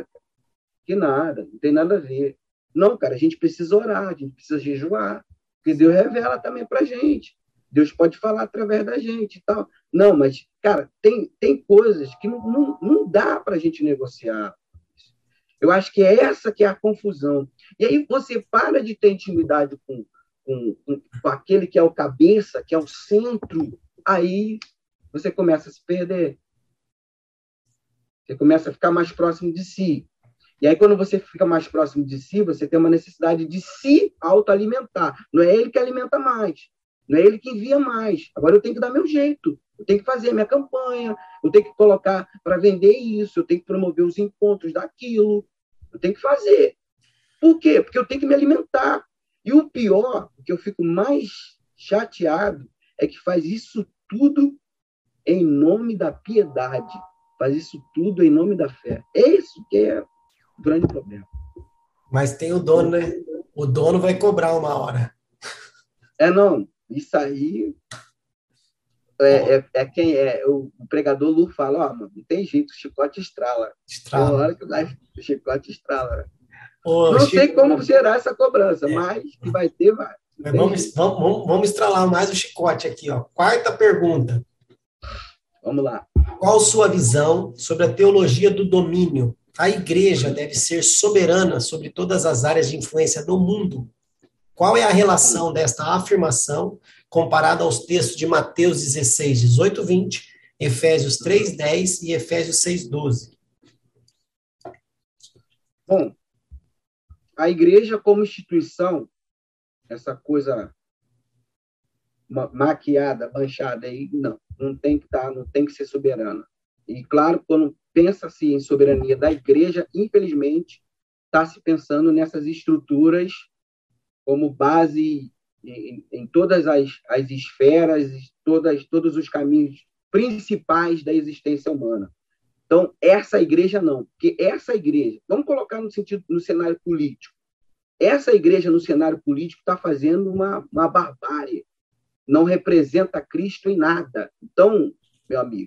nada, não tem nada a ver. Não, cara, a gente precisa orar, a gente precisa jejuar, porque Deus revela também para a gente. Deus pode falar através da gente e tal. Não, mas, cara, tem coisas que não dá para a gente negociar. Eu acho que é essa que é a confusão. E aí você para de ter intimidade com aquele que é o cabeça, que é o centro, aí você começa a se perder. Você começa a ficar mais próximo de si. E aí, quando você fica mais próximo de si, você tem uma necessidade de se autoalimentar. Não é ele que alimenta mais. Não é ele que envia mais. Agora eu tenho que dar meu jeito. Eu tenho que fazer a minha campanha. Eu tenho que colocar para vender isso. Eu tenho que promover os encontros daquilo. Eu tenho que fazer. Por quê? Porque eu tenho que me alimentar. E o pior, o que eu fico mais chateado, é que faz isso tudo em nome da piedade. Faz isso tudo em nome da fé. É isso que é o grande problema. Mas tem o dono, né? O dono vai cobrar uma hora. Não. Isso aí quem é. O pregador Lu fala, mano, não tem jeito, o chicote estrala. Estrala. Tem hora que o chicote estrala. Ô, não Chico, sei como gerar essa cobrança, mas que vai ter, vai. Vamos estralar mais o chicote aqui, ó. Quarta pergunta. Vamos lá. Qual sua visão sobre a teologia do domínio? A igreja deve ser soberana sobre todas as áreas de influência do mundo. Qual é a relação desta afirmação comparada aos textos de Mateus 16, 18, 20, Efésios 3, 10 e Efésios 6, 12? Bom, a igreja como instituição, essa coisa maquiada, manchada aí, não tem que ser soberana. E, claro, quando pensa-se em soberania da igreja, infelizmente, está se pensando nessas estruturas como base em todas as esferas, todos os caminhos principais da existência humana. Então, essa igreja não, porque essa igreja, vamos colocar no cenário político, essa igreja no cenário político está fazendo uma barbárie, não representa Cristo em nada. Então, meu amigo,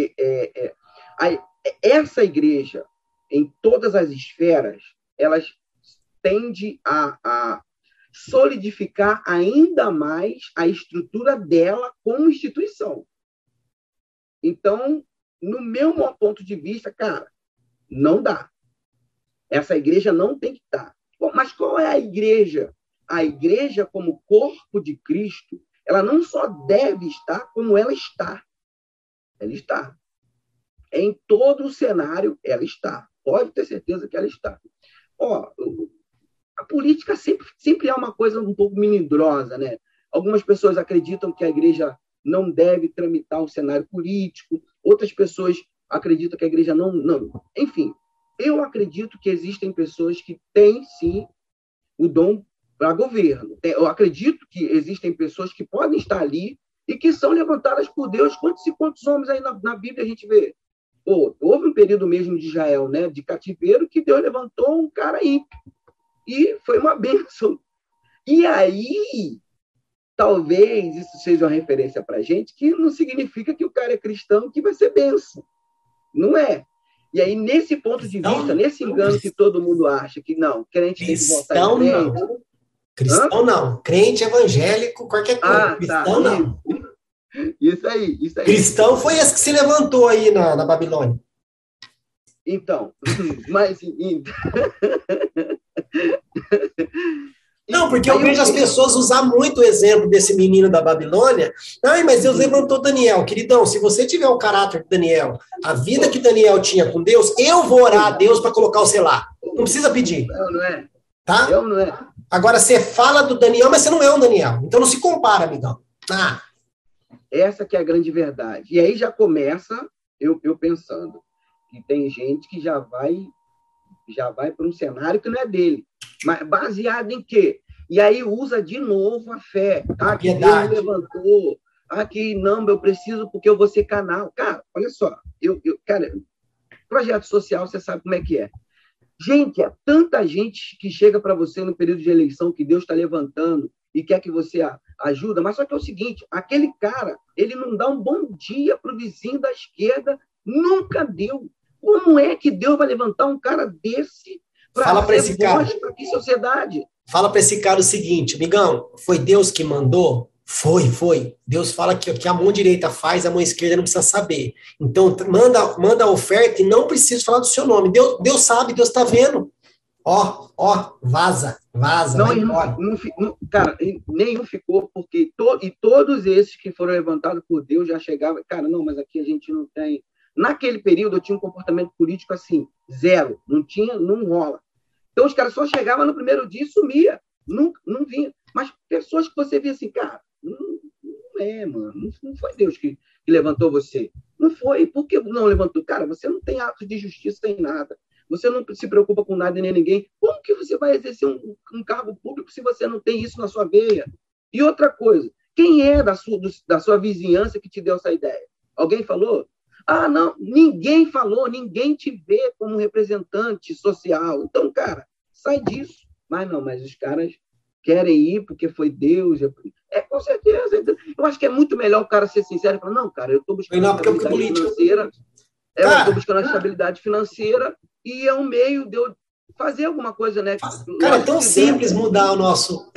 essa igreja, em todas as esferas, elas tende a solidificar ainda mais a estrutura dela como instituição. Então, no meu ponto de vista, cara, não dá. Essa igreja não tem que estar. Mas qual é a igreja? A igreja, como corpo de Cristo, ela não só deve estar, como ela está. Ela está. Em todo o cenário, ela está. Pode ter certeza que ela está. A política sempre é uma coisa um pouco melindrosa, né? Algumas pessoas acreditam que a igreja não deve tramitar o cenário político, outras pessoas acreditam que a igreja não. Enfim, eu acredito que existem pessoas que têm, sim, o dom para governo. Eu acredito que existem pessoas que podem estar ali e que são levantadas por Deus. Quantos homens aí na Bíblia a gente vê? Pô, houve um período mesmo de Israel, né, de cativeiro, que Deus levantou um cara aí. E foi uma bênção. E aí, talvez isso seja uma referência para a gente, que não significa que o cara é cristão que vai ser bênção. Não é. E aí, nesse ponto de vista, nesse engano que todo mundo acha que não, crente tem que votar em crente. Não. Cristão não. Crente evangélico, qualquer coisa. Cristão não. Isso aí. Cristão foi esse que se levantou aí na Babilônia. Então, mas... Não, porque eu vejo as pessoas usar muito o exemplo desse menino da Babilônia. Ai, mas Deus levantou Daniel. Queridão, se você tiver o caráter de Daniel, a vida que Daniel tinha com Deus, eu vou orar a Deus para colocar você lá. Não precisa pedir. Não é. Tá? Não é. Agora, você fala do Daniel, mas você não é um Daniel. Então não se compara, amigão. Essa que é a grande verdade. E aí já começa eu pensando que tem gente que já vai para um cenário que não é dele. Mas baseado em quê? E aí usa de novo a fé. Que Deus levantou. Que não, eu preciso porque eu vou ser canal. Cara, olha só. Cara, projeto social, você sabe como é que é. Gente, é tanta gente que chega para você no período de eleição que Deus está levantando e quer que você ajuda, mas só que é o seguinte, aquele cara, ele não dá um bom dia para o vizinho da esquerda, nunca deu. Como é que Deus vai levantar um cara desse para ser voz para que sociedade? Fala para esse cara o seguinte, amigão, foi Deus que mandou? Foi. Deus fala que a mão direita faz, a mão esquerda não precisa saber. Então, manda a oferta e não precisa falar do seu nome. Deus sabe, Deus está vendo. Vaza, não, vai embora. Cara, nenhum ficou, porque todos esses que foram levantados por Deus já chegavam, cara, não, mas aqui a gente não tem... Naquele período eu tinha um comportamento político assim, zero, não rola. Então os caras só chegavam no primeiro dia e sumia, não vinha. Mas pessoas que você via assim, cara, mano, não foi Deus que levantou você. Não foi. Por que não levantou? Cara, você não tem atos de justiça nem nada. Você não se preocupa com nada nem ninguém. Como que você vai exercer um cargo público se você não tem isso na sua veia? E outra coisa, quem é da sua vizinhança que te deu essa ideia? Alguém falou? Não, ninguém falou, ninguém te vê como representante social. Então, cara, sai disso. Mas os caras querem ir porque foi Deus. Com certeza. Eu acho que é muito melhor o cara ser sincero e falar, não, cara, eu estou buscando estabilidade financeira. Eu estou buscando a estabilidade financeira e é um meio de eu fazer alguma coisa, né? Cara, é tão simples mudar o nosso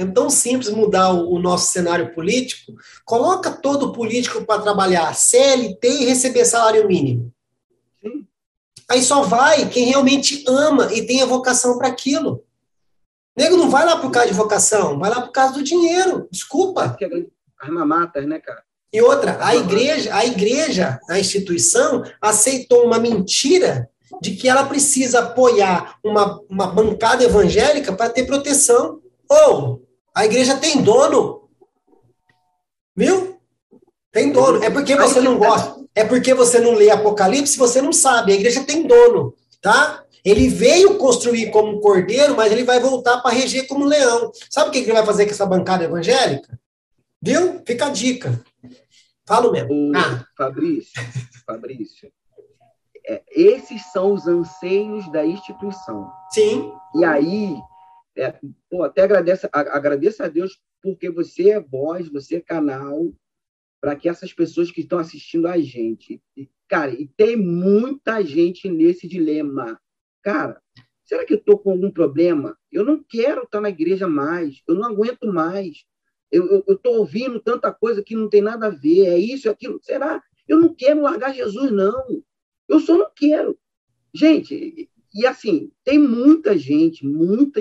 cenário político. Coloca todo político para trabalhar CLT e receber salário mínimo. Sim. Aí só vai quem realmente ama e tem a vocação para aquilo. O nego não vai lá por causa de vocação, vai lá por causa do dinheiro. Desculpa. As mamatas, né, cara? E outra, a igreja, a instituição, aceitou uma mentira de que ela precisa apoiar uma bancada evangélica para ter proteção. A igreja tem dono. Viu? Tem dono. É porque você não gosta. É porque você não lê Apocalipse, você não sabe. A igreja tem dono, tá? Ele veio construir como um cordeiro, mas ele vai voltar para reger como um leão. Sabe o que ele vai fazer com essa bancada evangélica? Viu? Fica a dica. Falo mesmo. Fabrício, esses são os anseios da instituição. Sim. E aí, até agradeço a Deus porque você é voz, você é canal para que essas pessoas que estão assistindo a gente. Cara, e tem muita gente nesse dilema. Cara, será que eu estou com algum problema? Eu não quero estar na igreja mais. Eu não aguento mais. Eu estou ouvindo tanta coisa que não tem nada a ver. É isso, é aquilo. Será? Eu não quero largar Jesus, não. Eu só não quero. Gente, e assim, tem muita gente, muita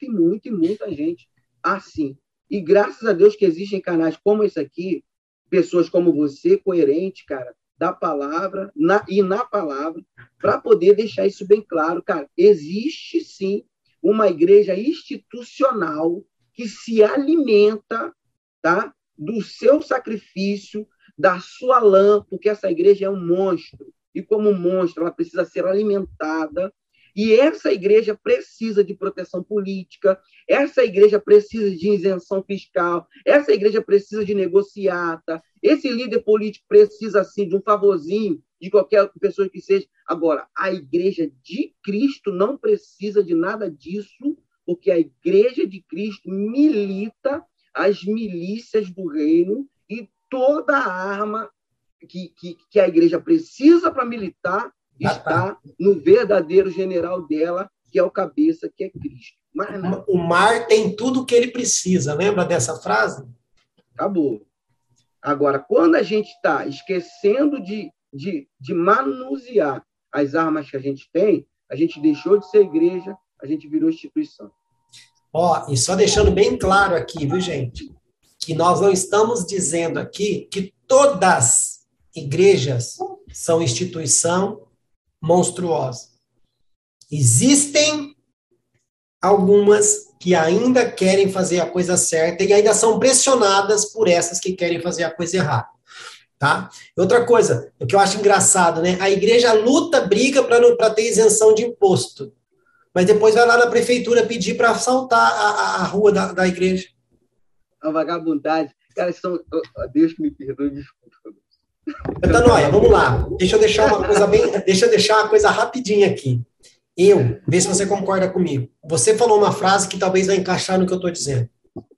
gente assim. E graças a Deus que existem canais como esse aqui, pessoas como você, coerente, cara, da palavra, na palavra, para poder deixar isso bem claro, cara. Existe, sim, uma igreja institucional que se alimenta, tá, do seu sacrifício, da sua lã, porque essa igreja é um monstro. E como monstro, ela precisa ser alimentada. E essa igreja precisa de proteção política, essa igreja precisa de isenção fiscal, essa igreja precisa de negociata, esse líder político precisa, assim, de um favorzinho de qualquer pessoa que seja. Agora, a igreja de Cristo não precisa de nada disso, porque a igreja de Cristo milita as milícias do reino e toda a arma que a igreja precisa para militar está no verdadeiro general dela, que é o cabeça, que é Cristo. Mas não. O mar tem tudo o que ele precisa. Lembra dessa frase? Acabou. Agora, quando a gente está esquecendo de manusear as armas que a gente tem, a gente deixou de ser igreja, a gente virou instituição. E só deixando bem claro aqui, viu, gente? Que nós não estamos dizendo aqui que todas igrejas são instituição monstruosa. Existem algumas que ainda querem fazer a coisa certa e ainda são pressionadas por essas que querem fazer a coisa errada. Tá? Outra coisa, o que eu acho engraçado, né? A igreja luta, briga para ter isenção de imposto. Mas depois vai lá na prefeitura pedir para assaltar a rua da igreja. A vagabundagem. Cara, são... Deus que me perdoe, desculpa. Metanoia, vamos lá. Deixa eu deixar uma coisa rapidinha aqui. Vê se você concorda comigo. Você falou uma frase que talvez vai encaixar no que eu estou dizendo.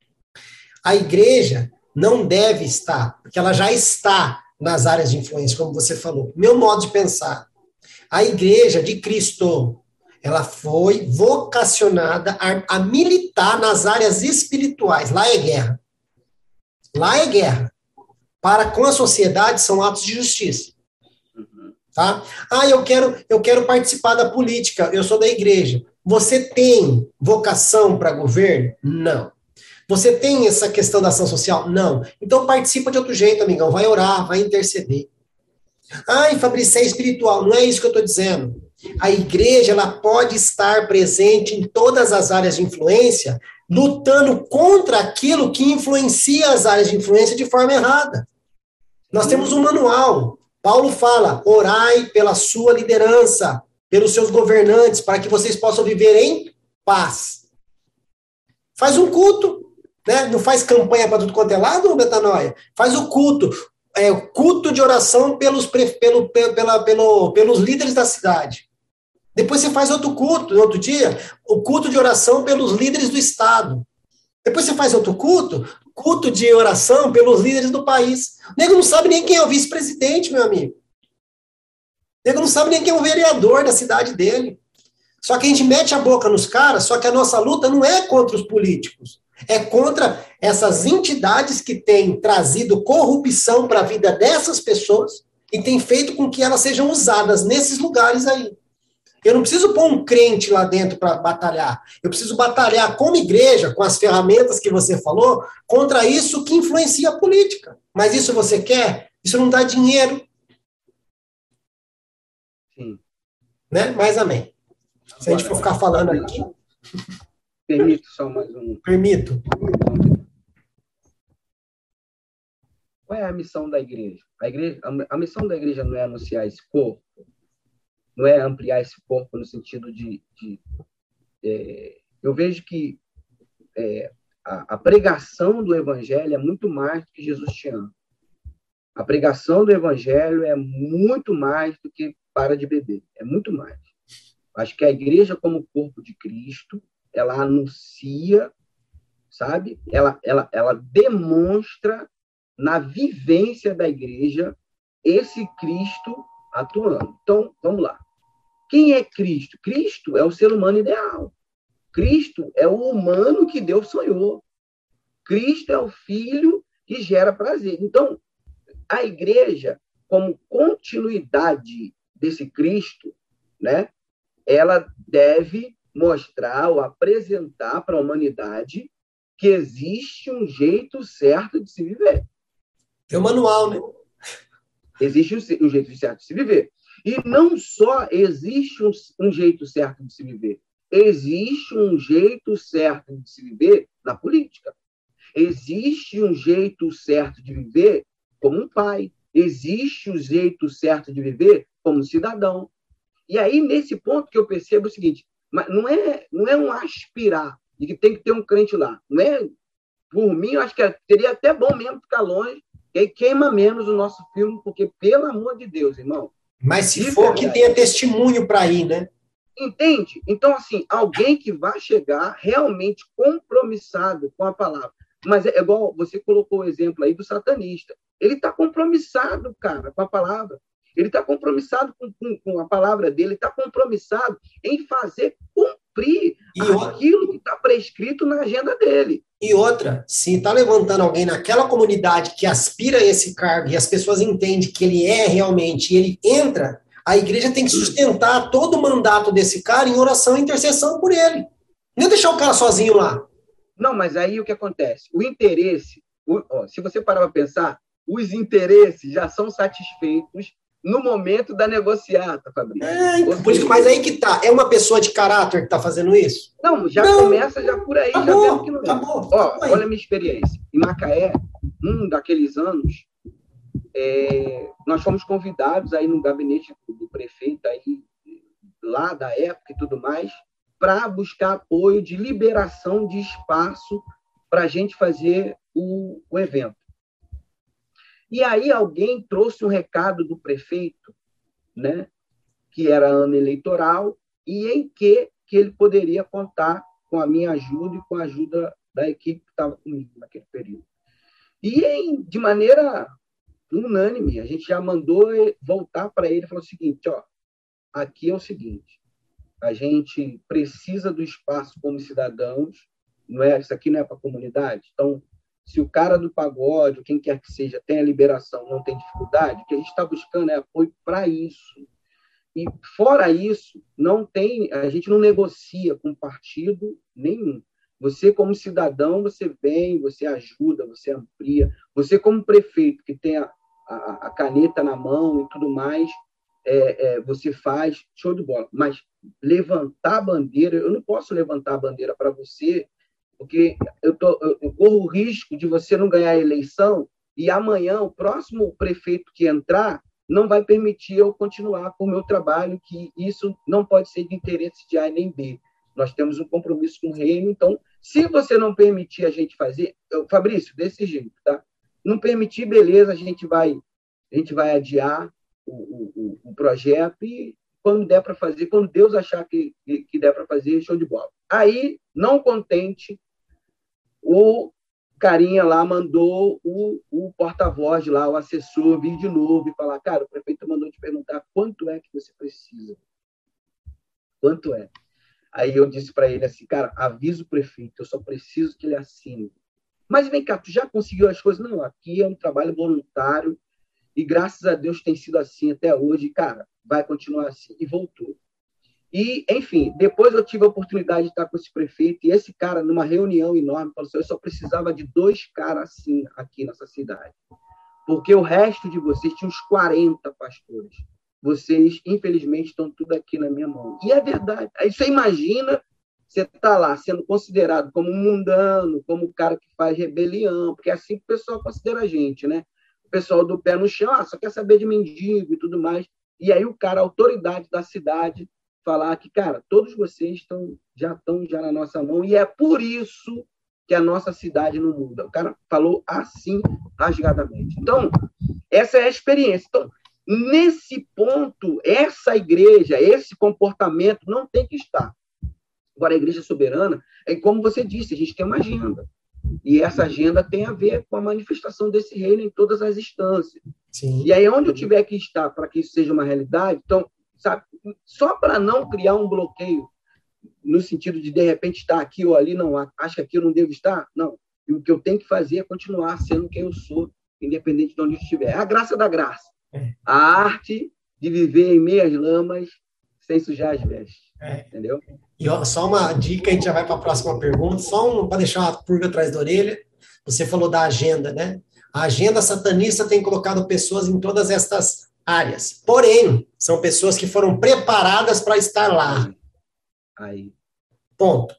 A igreja não deve estar, porque ela já está nas áreas de influência, como você falou. Meu modo de pensar. A igreja de Cristo, ela foi vocacionada a militar nas áreas espirituais. Lá é guerra. Lá é guerra. Para com a sociedade são atos de justiça. Tá? Eu quero participar da política, eu sou da igreja. Você tem vocação para governo? Não. Você tem essa questão da ação social? Não. Então participa de outro jeito, amigão. Vai orar, vai interceder. Fabrício, é espiritual. Não é isso que eu estou dizendo. A igreja ela pode estar presente em todas as áreas de influência, lutando contra aquilo que influencia as áreas de influência de forma errada. Nós temos um manual. Paulo fala, orai pela sua liderança, pelos seus governantes, para que vocês possam viver em paz. Faz um culto, né? Não faz campanha para tudo quanto é lado, Metanoia? Faz o culto. Culto de oração pelos líderes da cidade. Depois você faz outro culto, no outro dia, o culto de oração pelos líderes do Estado. Depois você faz outro culto de oração pelos líderes do país. O nego não sabe nem quem é o vice-presidente, meu amigo. O nego não sabe nem quem é o vereador da cidade dele. Só que a gente mete a boca nos caras, só que a nossa luta não é contra os políticos. É contra essas entidades que têm trazido corrupção para a vida dessas pessoas e têm feito com que elas sejam usadas nesses lugares aí. Eu não preciso pôr um crente lá dentro para batalhar. Eu preciso batalhar como igreja, com as ferramentas que você falou, contra isso que influencia a política. Mas isso você quer? Isso não dá dinheiro. Sim. Né? Mas amém. Se a gente for ficar falando aqui... Permito só mais um... Permito. Qual é a missão da igreja? A missão da igreja não é anunciar esse corpo, não é ampliar esse corpo no sentido eu vejo que a pregação do evangelho é muito mais do que Jesus te ama. A pregação do evangelho é muito mais do que para de beber. É muito mais. Acho que a igreja, como corpo de Cristo, ela anuncia, sabe? Ela demonstra na vivência da igreja esse Cristo atuando. Então, vamos lá. Quem é Cristo? Cristo é o ser humano ideal. Cristo é o humano que Deus sonhou. Cristo é o filho que gera prazer. Então, a igreja, como continuidade desse Cristo, né, ela deve mostrar ou apresentar para a humanidade que existe um jeito certo de se viver. É o manual, né? Existe um jeito certo de se viver. E não só existe um jeito certo de se viver, existe um jeito certo de se viver na política. Existe um jeito certo de viver como um pai. Existe um jeito certo de viver como um cidadão. E aí, nesse ponto que eu percebo o seguinte, mas não é um aspirar, de que tem que ter um crente lá. Não é, por mim, eu acho que seria até bom mesmo ficar longe, que aí queima menos o nosso filme, porque, pelo amor de Deus, irmão. Mas se for que tenha testemunho para ir, né? Entende? Então, assim, alguém que vai chegar realmente compromissado com a palavra. Mas é igual você colocou o exemplo aí do satanista. Ele está compromissado, cara, com a palavra. Ele está compromissado com a palavra dele, está compromissado em fazer cumprir aquilo que está prescrito na agenda dele. E outra, se está levantando alguém naquela comunidade que aspira a esse cargo e as pessoas entendem que ele é realmente, e ele entra, a igreja tem que sustentar todo o mandato desse cara em oração e intercessão por ele. Não é deixar o cara sozinho lá. Não, mas aí o que acontece? O interesse, se você parar para pensar, os interesses já são satisfeitos no momento da negociata, Fabrício. Mas aí que tá. É uma pessoa de caráter que está fazendo isso? Não, começa já por aí. Acabou, já vendo que não é. Acabou. Olha a minha experiência. Em Macaé, daqueles anos, nós fomos convidados aí no gabinete do prefeito aí, lá da época e tudo mais, para buscar apoio de liberação de espaço para a gente fazer o evento. E aí alguém trouxe um recado do prefeito, né, que era ano eleitoral, e em que ele poderia contar com a minha ajuda e com a ajuda da equipe que estava comigo naquele período. E de maneira unânime, a gente já mandou voltar para ele e falou o seguinte, aqui é o seguinte, a gente precisa do espaço como cidadãos, isso aqui não é para a comunidade, então, se o cara do pagode, ou quem quer que seja, tem a liberação, não tem dificuldade, o que a gente está buscando é apoio para isso. E, fora isso, a gente não negocia com partido nenhum. Você, como cidadão, você vem, você ajuda, você amplia. Você, como prefeito, que tem a caneta na mão e tudo mais, você faz show de bola. Mas levantar a bandeira, eu não posso levantar a bandeira para você, porque eu corro o risco de você não ganhar a eleição e amanhã o próximo prefeito que entrar não vai permitir eu continuar com o meu trabalho, que isso não pode ser de interesse de A nem B. Nós temos um compromisso com o reino, então, se você não permitir a gente fazer... Fabrício, desse jeito, tá? Não permitir, beleza, a gente vai adiar o projeto e quando der para fazer, quando Deus achar que der para fazer, show de bola. Aí, não contente, o carinha lá mandou o porta-voz lá, o assessor, vir de novo e falar, cara, o prefeito mandou te perguntar quanto é que você precisa. Quanto é? Aí eu disse para ele assim, cara, avisa o prefeito, eu só preciso que ele assine. Mas vem cá, tu já conseguiu as coisas? Não, aqui é um trabalho voluntário e graças a Deus tem sido assim até hoje. Cara, vai continuar assim. E voltou. E, enfim, depois eu tive a oportunidade de estar com esse prefeito e esse cara, numa reunião enorme, falou assim, eu só precisava de 2 caras assim aqui nessa cidade. Porque o resto de vocês tinha uns 40 pastores. Vocês, infelizmente, estão tudo aqui na minha mão. E é verdade. Aí você imagina, você está lá sendo considerado como um mundano, como o cara que faz rebelião, porque é assim que o pessoal considera a gente, né? O pessoal do pé no chão, só quer saber de mendigo e tudo mais. E aí o cara, a autoridade da cidade, falar que, cara, todos vocês já estão na nossa mão e é por isso que a nossa cidade não muda. O cara falou assim, rasgadamente. Então, essa é a experiência. Então, nesse ponto, essa igreja, esse comportamento não tem que estar. Agora, a igreja soberana, como você disse, a gente tem uma agenda. E essa agenda tem a ver com a manifestação desse reino em todas as instâncias. Sim. E aí, onde eu tiver que estar para que isso seja uma realidade, então, sabe, só para não criar um bloqueio, no sentido de repente estar aqui ou ali, não, acho que aqui eu não devo estar, não. E o que eu tenho que fazer é continuar sendo quem eu sou, independente de onde eu estiver. É a graça da graça. A arte de viver em meias lamas, sem sujar as vestes. Entendeu? E só uma dica, a gente já vai para a próxima pergunta, só para deixar uma pulga atrás da orelha. Você falou da agenda, né? A agenda satanista tem colocado pessoas em todas estas áreas. Porém, são pessoas que foram preparadas para estar lá. Aí. Ponto.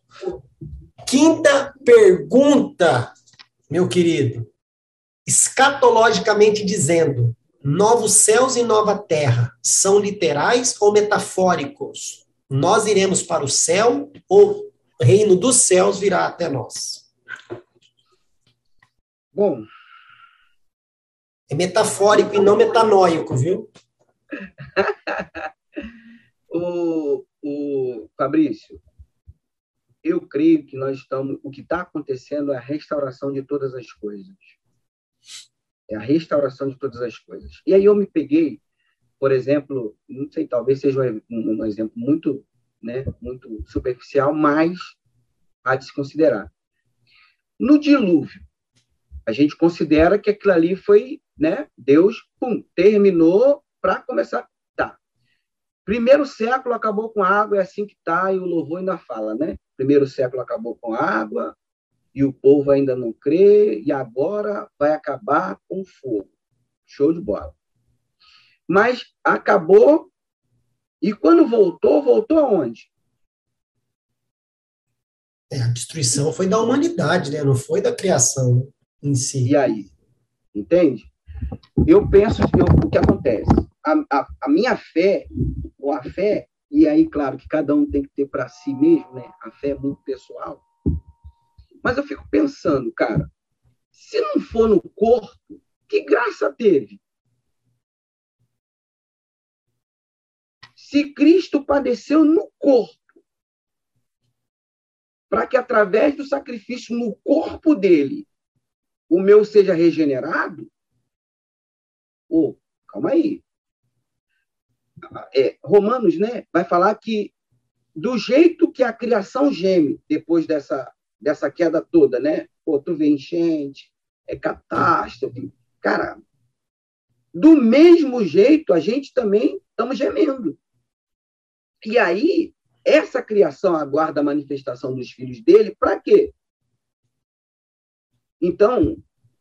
Quinta pergunta, meu querido. Escatologicamente dizendo, Novos céus e nova terra são literais ou metafóricos? Nós iremos para o céu ou o reino dos céus virá até nós? Bom, É metafórico e não metanóico, viu? o Fabrício, eu creio que nós estamos. O que está acontecendo é a restauração de todas as coisas. É a restauração de todas as coisas. E aí eu me peguei, por exemplo, não sei, talvez seja um exemplo muito, né, muito superficial, mas há de se considerar. No dilúvio, a gente considera que aquilo ali foi, né, Deus, terminou para começar. Tá. Primeiro século acabou com água, é assim que está, e o louvor ainda fala, né? Primeiro século acabou com água, e o povo ainda não crê, e agora vai acabar com fogo. Show de bola. Mas acabou, e quando voltou aonde? A destruição foi da humanidade, né? Não foi da criação em si. E aí? Entende? Eu penso o que acontece. A minha fé, ou a fé, e aí, claro, que cada um tem que ter para si mesmo, né? A fé é muito pessoal. Mas eu fico pensando, cara, se não for no corpo, que graça teve? Se Cristo padeceu no corpo, para que através do sacrifício no corpo dele, o meu seja regenerado, calma aí. Romanos, né, vai falar que do jeito que a criação geme depois dessa queda toda, né? Tu vê enchente, catástrofe. Cara, do mesmo jeito, a gente também estamos gemendo. E aí, essa criação aguarda a manifestação dos filhos dele, para quê? Então,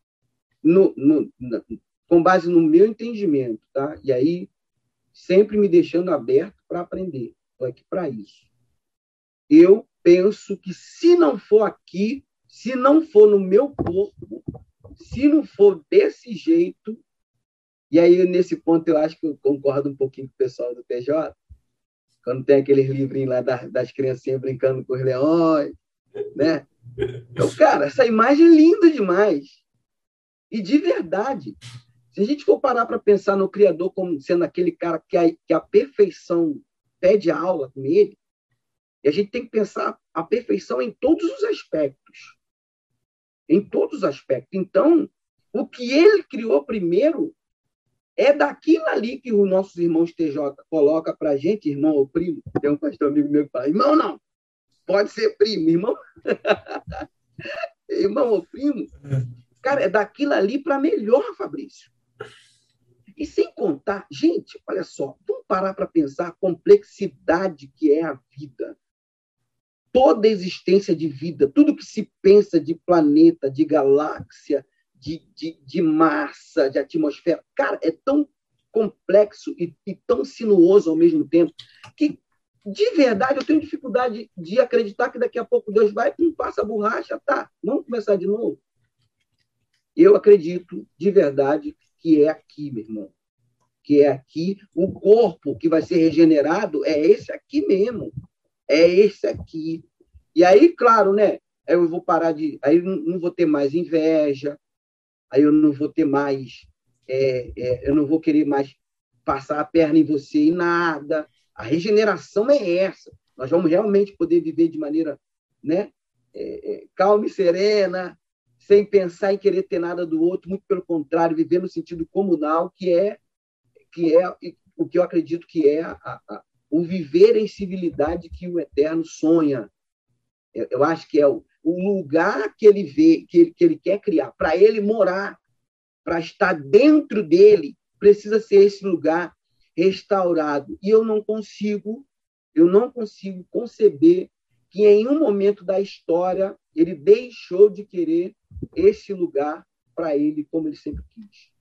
com base no meu entendimento, tá? E aí, sempre me deixando aberto para aprender. Estou aqui para isso. Eu penso que se não for aqui, se não for no meu corpo, se não for desse jeito, e aí nesse ponto eu acho que eu concordo um pouquinho com o pessoal do PJ, quando tem aqueles livrinhos lá das criancinhas brincando com os leões, né? Então, cara, essa imagem é linda demais. E de verdade, se a gente for parar para pensar no Criador como sendo aquele cara que a perfeição pede aula com ele, e a gente tem que pensar a perfeição em todos os aspectos. Em todos os aspectos. Então, o que ele criou primeiro é daquilo ali que os nossos irmãos TJ coloca para a gente, irmão ou primo. Tem um pastor amigo meu que fala, irmão não, pode ser primo, irmão. Irmão ou primo. Cara, é daquilo ali para melhor, Fabrício. E sem contar, gente, olha só, vamos parar para pensar a complexidade que é a vida. Toda a existência de vida, tudo que se pensa de planeta, de galáxia, de massa, de atmosfera, cara, é tão complexo e tão sinuoso ao mesmo tempo que, de verdade, eu tenho dificuldade de acreditar que daqui a pouco Deus vai e passa a borracha, tá, vamos começar de novo. Eu acredito, de verdade, que é aqui, meu irmão. Que é aqui, o corpo que vai ser regenerado é esse aqui mesmo. É esse aqui. E aí, claro, né? Eu vou parar de... Aí não vou ter mais inveja, aí eu não vou ter mais... eu não vou querer mais passar a perna em você e nada. A regeneração é essa. Nós vamos realmente poder viver de maneira, né, calma e serena, sem pensar em querer ter nada do outro, muito pelo contrário, viver no sentido comunal, que é o que eu acredito que é o viver em civilidade que o Eterno sonha. Eu acho que é o lugar que ele vê, que ele quer criar, para ele morar, para estar dentro dele, precisa ser esse lugar restaurado. E eu não consigo conceber que em um momento da história ele deixou de querer esse lugar para ele como ele sempre quis.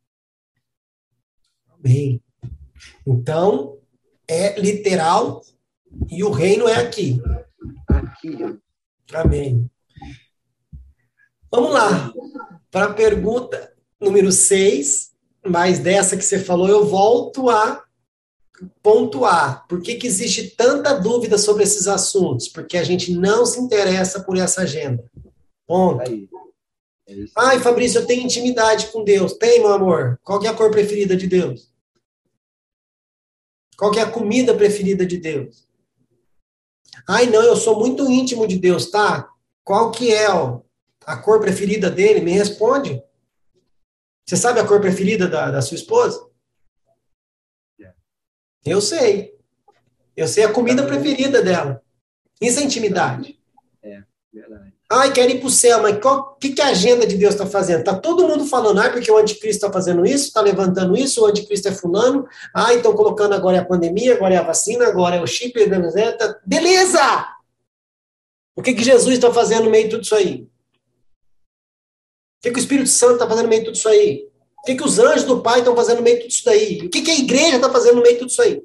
Bem, então é literal e o reino é aqui. Aqui. Amém. Vamos lá para a pergunta número 6. Mas dessa que você falou, eu volto a pontuar. Por que que existe tanta dúvida sobre esses assuntos? Porque a gente não se interessa por essa agenda. Ponto. Aí. É isso. Ai, Fabrício, eu tenho intimidade com Deus. Tem, meu amor? Qual que é a cor preferida de Deus? Qual que é a comida preferida de Deus? Ai, não, eu sou muito íntimo de Deus, tá? Qual que é a cor preferida dele? Me responde. Você sabe a cor preferida da sua esposa? Eu sei. Eu sei a comida preferida dela. Isso é intimidade. É, verdade. Ai, quero ir para o céu, mas o que a agenda de Deus está fazendo? Está todo mundo falando, porque o anticristo está fazendo isso, está levantando isso, o anticristo é fulano, estão colocando agora é a pandemia, agora é a vacina, agora é o chip, beleza! O que Jesus está fazendo no meio de tudo isso aí? O que o Espírito Santo está fazendo no meio de tudo isso aí? O que os anjos do Pai estão fazendo no meio de tudo isso daí? O que a igreja está fazendo no meio de tudo isso aí?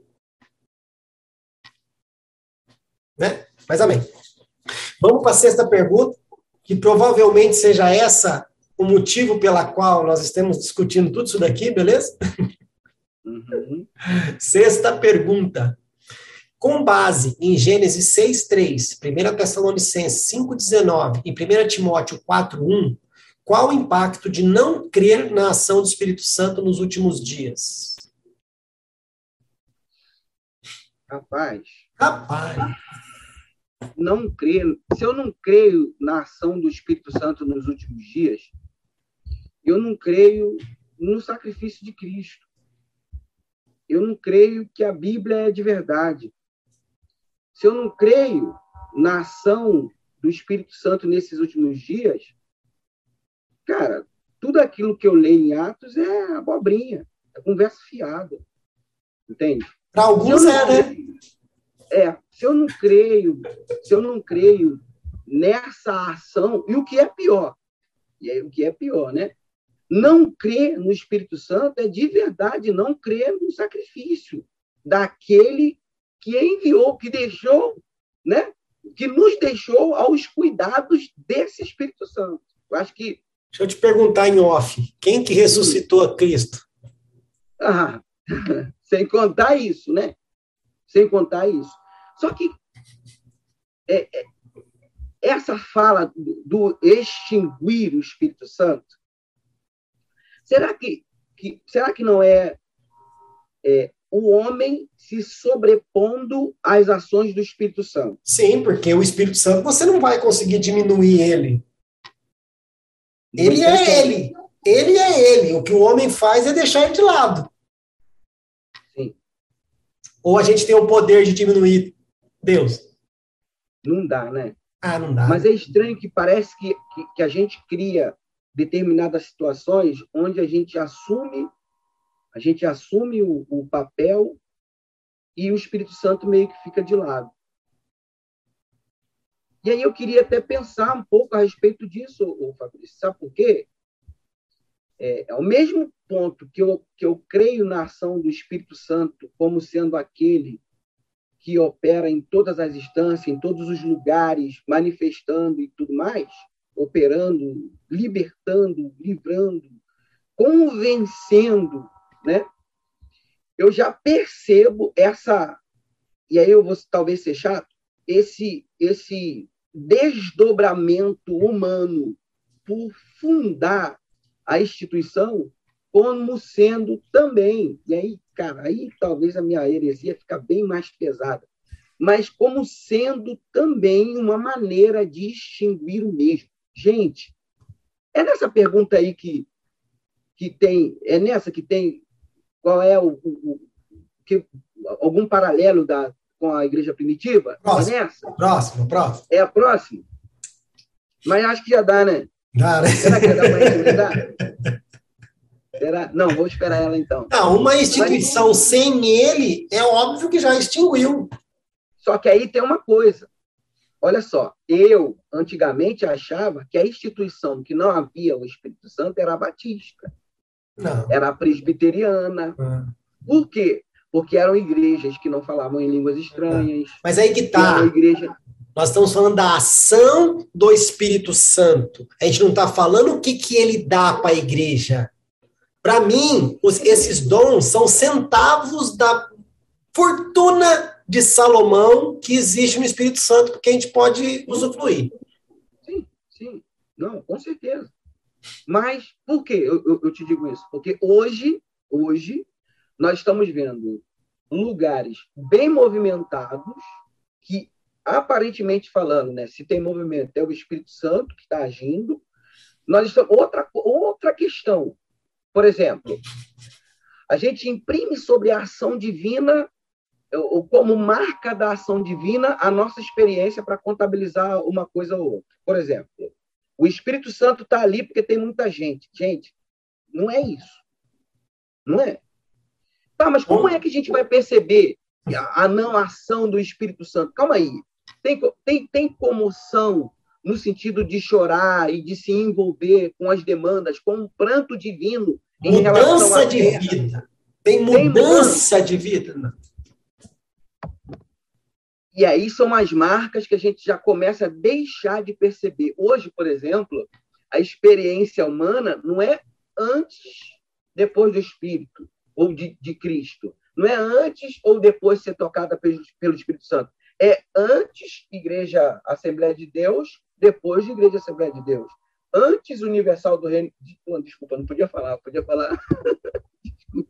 Né? Mas amém. Vamos para a sexta pergunta, que provavelmente seja essa o motivo pela qual nós estamos discutindo tudo isso daqui, beleza? Uhum. Sexta pergunta. Com base em Gênesis 6:3, 1 Tessalonicenses 5:19 e 1 Timóteo 4:1, qual o impacto de não crer na ação do Espírito Santo nos últimos dias? Rapaz, não creio. Se eu não creio na ação do Espírito Santo nos últimos dias, eu não creio no sacrifício de Cristo. Eu não creio que a Bíblia é de verdade. Se eu não creio na ação do Espírito Santo nesses últimos dias, cara, tudo aquilo que eu leio em Atos é abobrinha, é conversa fiada. Entende? Para alguns né? Se eu não creio nessa ação, e o que é pior, né? Não crer no Espírito Santo é de verdade não crer no sacrifício daquele que enviou, que deixou, né? Que nos deixou aos cuidados desse Espírito Santo. Eu acho que... Deixa eu te perguntar em off, quem que ressuscitou a Cristo? Sem contar isso, né? Sem contar isso. Só que essa fala do extinguir o Espírito Santo, será que não é o homem se sobrepondo às ações do Espírito Santo? Sim, porque o Espírito Santo, você não vai conseguir diminuir ele. Ele é ele. Ele é ele. O que o homem faz é deixar ele de lado. Sim. Ou a gente tem o poder de diminuir Deus? Não dá, né? Não dá. Mas é estranho que parece que a gente cria determinadas situações onde a gente assume o papel e o Espírito Santo meio que fica de lado. E aí eu queria até pensar um pouco a respeito disso, Fabrício. Sabe por quê? Ao mesmo ponto que eu creio na ação do Espírito Santo como sendo aquele que opera em todas as instâncias, em todos os lugares, manifestando e tudo mais, operando, libertando, livrando, convencendo, né? Eu já percebo e aí eu vou talvez ser chato, esse desdobramento humano por fundar a instituição como sendo também, e aí, cara, aí talvez a minha heresia fica bem mais pesada, mas como sendo também uma maneira de extinguir o mesmo. Gente, é nessa pergunta aí que tem, é nessa que tem, qual é algum paralelo com a igreja primitiva? Próximo, é nessa? Próximo. É a próxima? Mas acho que já dá, né? Dá, né? Será que já dá para enxergar? Será? Não, vou esperar ela então. Uma instituição sem ele é óbvio que já extinguiu. Só que aí tem uma coisa. Olha só, eu antigamente achava que a instituição que não havia o Espírito Santo era a batista. Não. Era a presbiteriana. Por quê? Porque eram igrejas que não falavam em línguas estranhas. Mas aí que tá. Nós estamos falando da ação do Espírito Santo. A gente não está falando o que ele dá para a igreja. Para mim, esses dons são centavos da fortuna de Salomão que existe no Espírito Santo, porque a gente pode usufruir. Sim, sim. Não, com certeza. Mas por que eu te digo isso? Porque hoje nós estamos vendo lugares bem movimentados que, aparentemente falando, né, se tem movimento, é o Espírito Santo que está agindo. Nós estamos, outra questão, por exemplo, a gente imprime sobre a ação divina, ou como marca da ação divina, a nossa experiência para contabilizar uma coisa ou outra. Por exemplo, o Espírito Santo está ali porque tem muita gente. Gente, não é isso. Não é? Tá, mas como é que a gente vai perceber a não ação do Espírito Santo? Calma aí. Tem comoção no sentido de chorar e de se envolver com as demandas, com um pranto divino em relação à de vida. Tem mudança de vida. E aí são as marcas que a gente já começa a deixar de perceber. Hoje, por exemplo, a experiência humana não é antes, depois do Espírito, ou de Cristo. Não é antes ou depois de ser tocada pelo Espírito Santo. É antes Igreja Assembleia de Deus, depois de Igreja Assembleia de Deus. Antes Universal do Reino... Desculpa, não podia falar. Desculpa.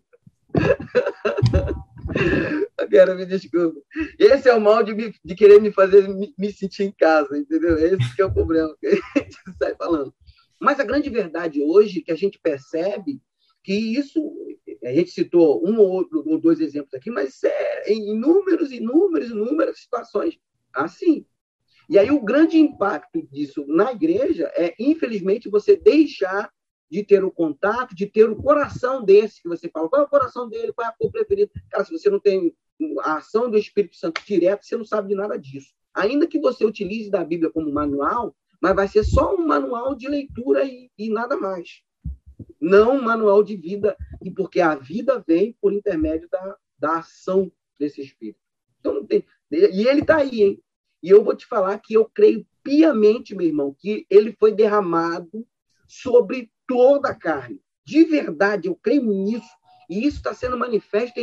Agora me desculpa. Esse é o mal de querer me fazer me sentir em casa, entendeu? Esse que é o problema que a gente sai falando. Mas a grande verdade hoje que a gente percebe que isso, a gente citou um ou dois exemplos aqui, mas é em inúmeras situações assim. E aí o grande impacto disso na igreja é, infelizmente, você deixar de ter o contato, de ter o coração desse que você fala. Qual é o coração dele? Qual é a cor preferida? Cara, se você não tem a ação do Espírito Santo direta, você não sabe de nada disso. Ainda que você utilize da Bíblia como manual, mas vai ser só um manual de leitura e nada mais. Não um manual de vida, porque a vida vem por intermédio da ação desse Espírito. Então, não tem... E ele está aí, hein? E eu vou te falar que eu creio piamente, meu irmão, que ele foi derramado sobre toda a carne. De verdade, eu creio nisso. E isso está sendo manifesto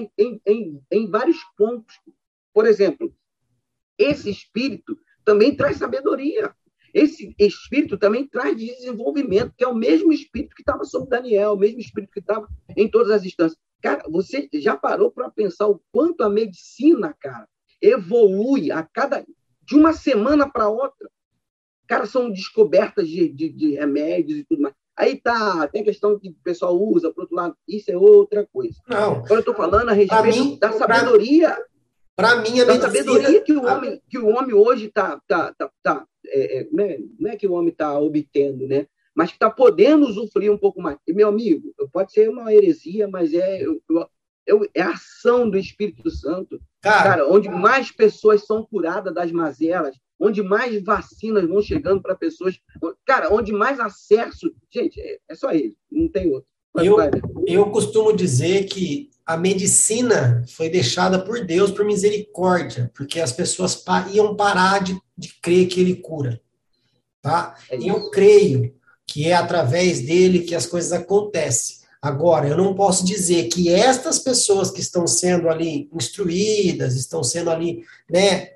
em vários pontos. Por exemplo, esse Espírito também traz sabedoria. Esse Espírito também traz desenvolvimento, que é o mesmo Espírito que estava sobre Daniel, o mesmo Espírito que estava em todas as instâncias. Cara, você já parou para pensar o quanto a medicina, cara, evolui de uma semana para outra? Cara, são descobertas de remédios e tudo mais. Aí tem a questão que o pessoal usa, por outro lado, isso é outra coisa. Não. Agora eu estou falando a respeito da sabedoria. Para mim, a medicina... sabedoria que o homem hoje está... não é que o homem está obtendo, né? Mas que está podendo usufruir um pouco mais. E, meu amigo, pode ser uma heresia, mas é a ação do Espírito Santo. Cara, onde mais pessoas são curadas das mazelas, onde mais vacinas vão chegando para pessoas, cara, onde mais acesso... Gente, é só ele, não tem outro. Eu costumo dizer que a medicina foi deixada por Deus por misericórdia, porque as pessoas iam parar de crer que ele cura. Tá? Eu creio que é através dele que as coisas acontecem. Agora, eu não posso dizer que estas pessoas que estão sendo ali instruídas, estão sendo ali, né,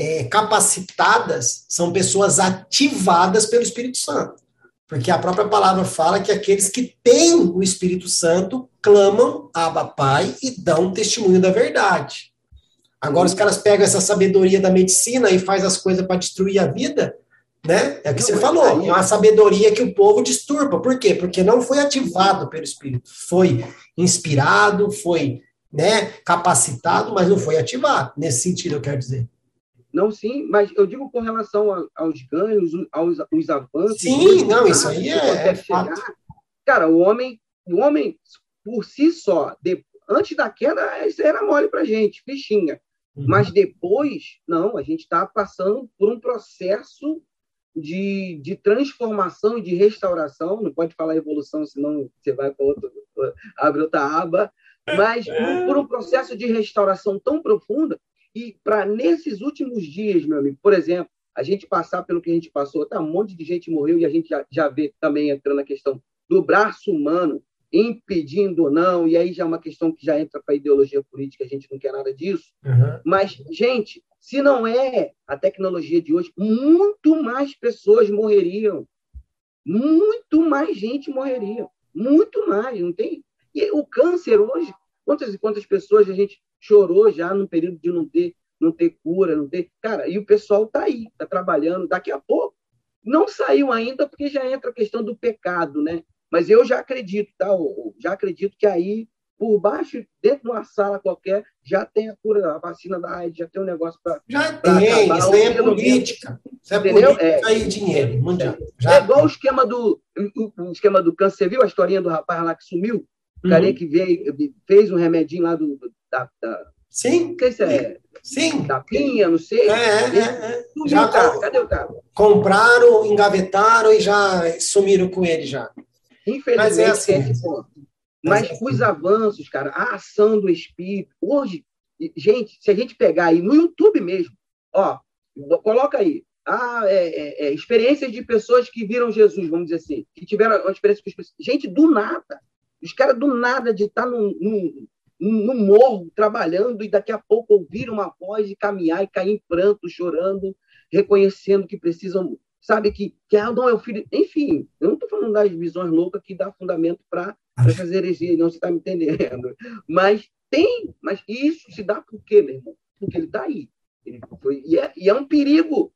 capacitadas, são pessoas ativadas pelo Espírito Santo. Porque a própria palavra fala que aqueles que têm o Espírito Santo clamam Abba Pai e dão testemunho da verdade. Agora os caras pegam essa sabedoria da medicina e faz as coisas para destruir a vida, né? É o que você falou, é uma sabedoria que o povo disturba. Por quê? Porque não foi ativado pelo Espírito. Foi inspirado, foi, né, capacitado, mas não foi ativado. Nesse sentido, eu quero dizer. Não, sim, mas eu digo com relação aos ganhos, aos avanços. Sim, não, isso aí é fato. Cara, o homem, por si só, antes da queda, isso era mole pra gente, fichinha. Mas depois, não, a gente está passando por um processo de transformação e de restauração. Não pode falar evolução, senão você vai para abre outra aba. Mas por um processo de restauração tão profunda. E para nesses últimos dias, meu amigo, por exemplo, a gente passar pelo que a gente passou, um monte de gente morreu e a gente já vê também entrando na questão do braço humano. impedindo ou não, e aí já é uma questão que já entra para a ideologia política, a gente não quer nada disso. Mas, gente, se não é a tecnologia de hoje, muito mais pessoas morreriam. Muito mais gente morreria. Muito mais, não tem? E o câncer hoje, quantas e quantas pessoas a gente chorou já no período de não ter cura, não ter... Cara, e o pessoal está aí, está trabalhando. Daqui a pouco, não saiu ainda, porque já entra a questão do pecado, né? Mas eu já acredito, tá? Eu já acredito que aí, por baixo, dentro de uma sala qualquer, já tem a cura, a vacina da AIDS, já tem um negócio para acabar. Isso aí é política. Isso é política e dinheiro mundial. É igual o esquema do câncer. Você viu a historinha do rapaz lá que sumiu? O cara que fez um remedinho lá Sim. Não sei se é... Sim. Da pinha, não sei. Sumiu já o cara. Cadê o cara? Compraram, engavetaram e já sumiram com ele já. Infelizmente, mas os avanços, cara, a ação do Espírito. Hoje, gente, se a gente pegar aí no YouTube mesmo, ó, coloca aí, experiências de pessoas que viram Jesus, vamos dizer assim, que tiveram uma experiência com Jesus. Gente, do nada. Os caras do nada de estar no morro, trabalhando, e daqui a pouco ouvir uma voz e caminhar e cair em pranto, chorando, reconhecendo que precisam, sabe, que não é o filho. Enfim, eu não estou falando das visões loucas que dá fundamento para essas heresias, não, você está me entendendo. Mas isso se dá por quê, meu irmão? Porque ele está aí. E é um perigo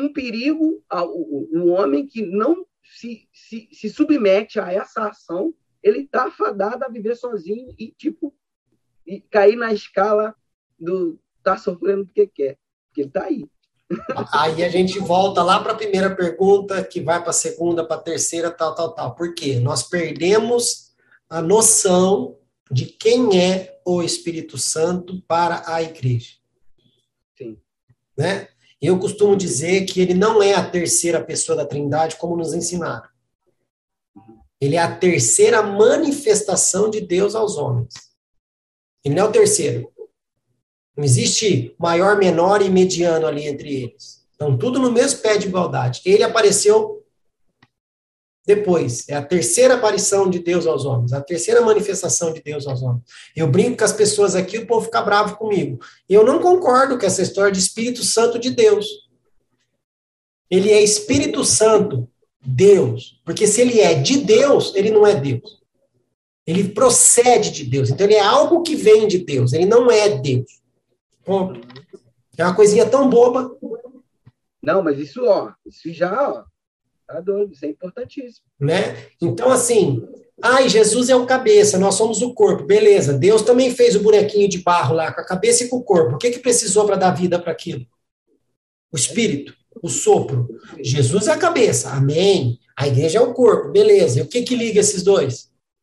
o homem que não se submete a essa ação, ele está fadado a viver sozinho e cair na escala do tá sofrendo porque quer, porque ele está aí. Aí a gente volta lá para a primeira pergunta, que vai para a segunda, para a terceira, tal. Por quê? Nós perdemos a noção de quem é o Espírito Santo para a igreja. Sim. Né? Eu costumo dizer que ele não é a terceira pessoa da Trindade, como nos ensinaram. Ele é a terceira manifestação de Deus aos homens. Ele não é o terceiro. Não existe maior, menor e mediano ali entre eles. Então, tudo no mesmo pé de igualdade. Ele apareceu depois. É a terceira aparição de Deus aos homens. A terceira manifestação de Deus aos homens. Eu brinco com as pessoas aqui, o povo fica bravo comigo. Eu não concordo com essa história de Espírito Santo de Deus. Ele é Espírito Santo, Deus. Porque se ele é de Deus, ele não é Deus. Ele procede de Deus. Então, ele é algo que vem de Deus. Ele não é Deus. Ponto. É uma coisinha tão boba. Não, mas isso já, tá doido, isso é importantíssimo. Né? Então, assim, Jesus é o cabeça, nós somos o corpo. Beleza, Deus também fez o bonequinho de barro lá, com a cabeça e com o corpo. O que precisou para dar vida para aquilo? O espírito, o sopro. Jesus é a cabeça, amém. A igreja é o corpo, beleza. E o que liga esses dois?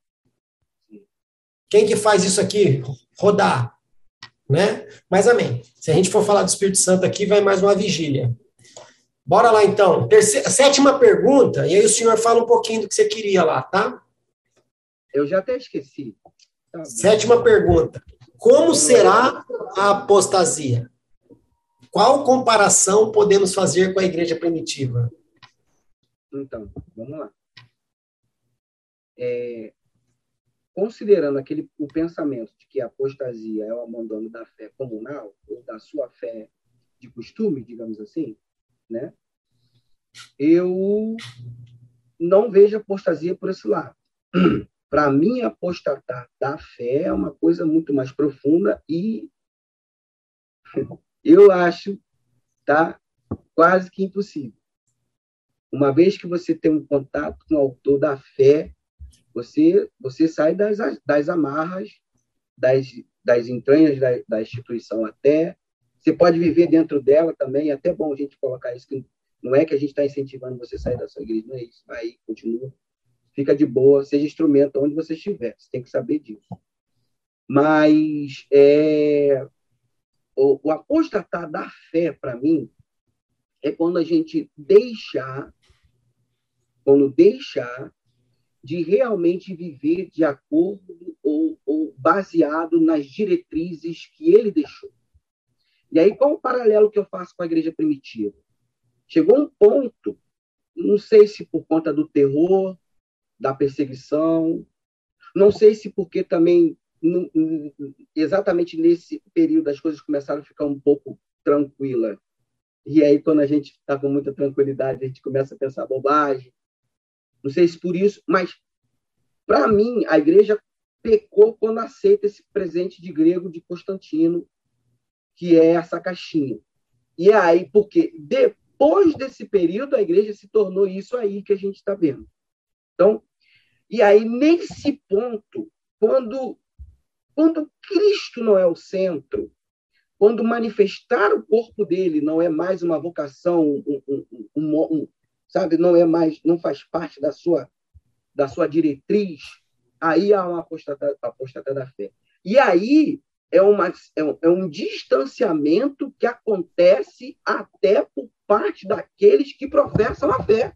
Quem que faz isso aqui rodar? Né? Mas amém. Se a gente for falar do Espírito Santo aqui, vai mais uma vigília. Bora lá, então. Sétima pergunta, e aí o senhor fala um pouquinho do que você queria lá, tá? Eu já até esqueci. Tá. Sétima pergunta. Como será a apostasia? Qual comparação podemos fazer com a igreja primitiva? Então, vamos lá. Considerando o pensamento de que a apostasia é o abandono da fé comunal, ou da sua fé de costume, digamos assim, né? Eu não vejo apostasia por esse lado. Para mim, apostatar da fé é uma coisa muito mais profunda e eu acho, tá, quase que impossível. Uma vez que você tem um contato com o autor da fé, você sai das amarras, das entranhas da instituição até. Você pode viver dentro dela também. É até bom a gente colocar isso, que não é que a gente está incentivando você a sair da sua igreja, não é isso. Vai, continua. Fica de boa, seja instrumento onde você estiver. Você tem que saber disso. Mas o apostatar da fé, para mim, é quando a gente deixar de realmente viver de acordo ou baseado nas diretrizes que ele deixou. E aí, qual o paralelo que eu faço com a igreja primitiva? Chegou um ponto, não sei se por conta do terror, da perseguição, Não sei se porque também, exatamente nesse período, as coisas começaram a ficar um pouco tranquilas. E aí, quando a gente está com muita tranquilidade, a gente começa a pensar bobagem. Não sei se por isso, mas, para mim, a igreja pecou quando aceita esse presente de grego de Constantino, que é essa caixinha. E aí, porque depois desse período, a igreja se tornou isso aí que a gente está vendo. Então, e aí, nesse ponto, quando Cristo não é o centro, quando manifestar o corpo dele não é mais uma vocação, sabe, não é mais, não faz parte da sua diretriz, aí há uma apostasia da fé. E aí é um distanciamento que acontece até por parte daqueles que professam a fé.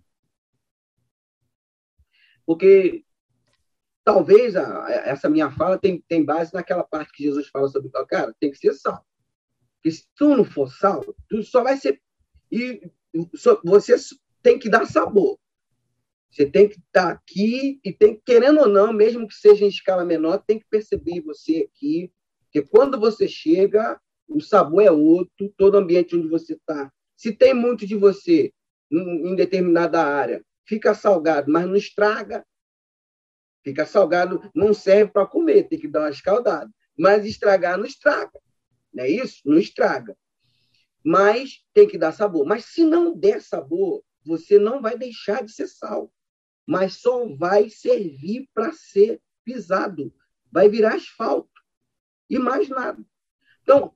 Porque talvez essa minha fala tem base naquela parte que Jesus fala sobre, cara, tem que ser sal. Porque se tu não for sal, tu só vai ser... E você tem que dar sabor. Você tem que estar aqui e tem, querendo ou não, mesmo que seja em escala menor, tem que perceber você aqui, porque quando você chega, o sabor é outro, todo ambiente onde você está. Se tem muito de você em determinada área, fica salgado, mas não estraga. Fica salgado, não serve para comer, tem que dar uma escaldada. Mas estragar não estraga. Não é isso? Não estraga. Mas tem que dar sabor. Mas se não der sabor, você não vai deixar de ser sal. Mas só vai servir para ser pisado. Vai virar asfalto. E mais nada. Então,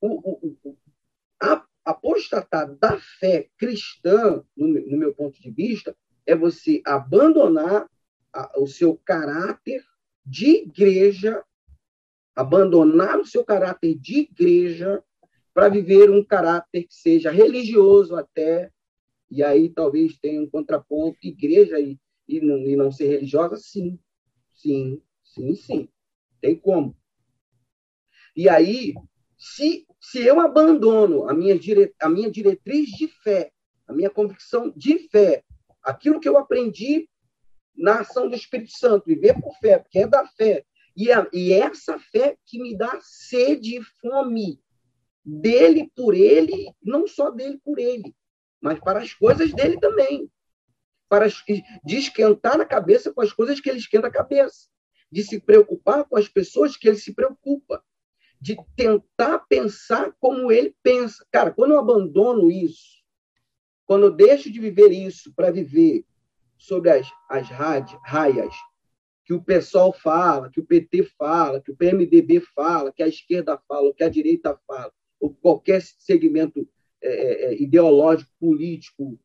a apostatar da fé cristã, no meu ponto de vista, é você abandonar o seu caráter de igreja, abandonar o seu caráter de igreja para viver um caráter que seja religioso até, e aí talvez tenha um contraponto, igreja e não ser religiosa, sim. Sim. Tem como. E aí, se eu abandono a minha diretriz de fé, a minha convicção de fé, aquilo que eu aprendi na ação do Espírito Santo, viver por fé, porque é da fé, e essa fé que me dá sede e fome dele por ele, não só dele por ele, mas para as coisas dele também, de esquentar a cabeça com as coisas que ele esquenta a cabeça, de se preocupar com as pessoas que ele se preocupa, de tentar pensar como ele pensa. Cara, quando eu abandono isso, quando eu deixo de viver isso para viver sobre as raias que o PSOL fala, que o PT fala, que o PMDB fala, que a esquerda fala, que a direita fala, ou qualquer segmento ideológico, político,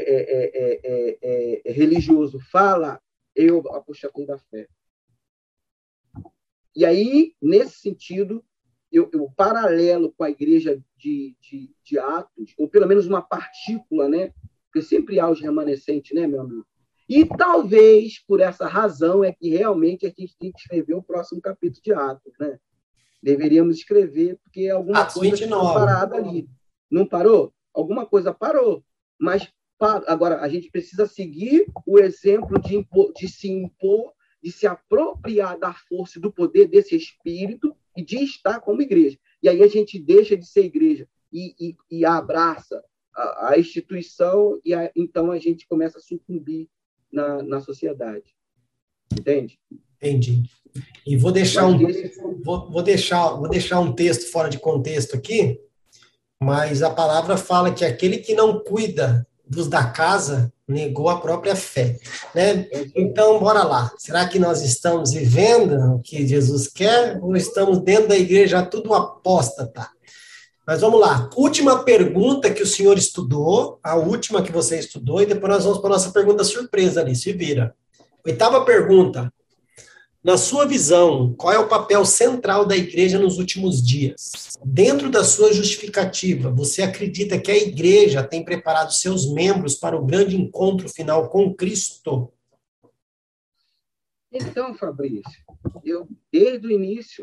religioso fala, eu apostatei da fé. E aí, nesse sentido, o paralelo com a igreja de Atos, ou pelo menos uma partícula, né? Porque sempre há os remanescentes, né, meu amigo? E talvez, por essa razão, é que realmente a gente tem que escrever o próximo capítulo de Atos, né? Deveríamos escrever, porque alguma coisa ficou parada ali. Não parou? Alguma coisa parou. Mas agora a gente precisa seguir o exemplo de se impor, de se apropriar da força e do poder desse espírito e de estar como igreja. E aí a gente deixa de ser igreja e abraça a instituição, e então a gente começa a sucumbir na sociedade. Entende? Entendi. E vou deixar um texto fora de contexto aqui, mas a palavra fala que aquele que não cuida dos da casa negou a própria fé, né? Então, bora lá. Será que nós estamos vivendo o que Jesus quer ou estamos dentro da igreja tudo apóstata? Mas vamos lá. Última pergunta que o senhor estudou, a última que você estudou, e depois nós vamos para a nossa pergunta surpresa ali, se vira. 8ª pergunta. Na sua visão, qual é o papel central da igreja nos últimos dias? Dentro da sua justificativa, você acredita que a igreja tem preparado seus membros para o grande encontro final com Cristo? Então, Fabrício, desde o início,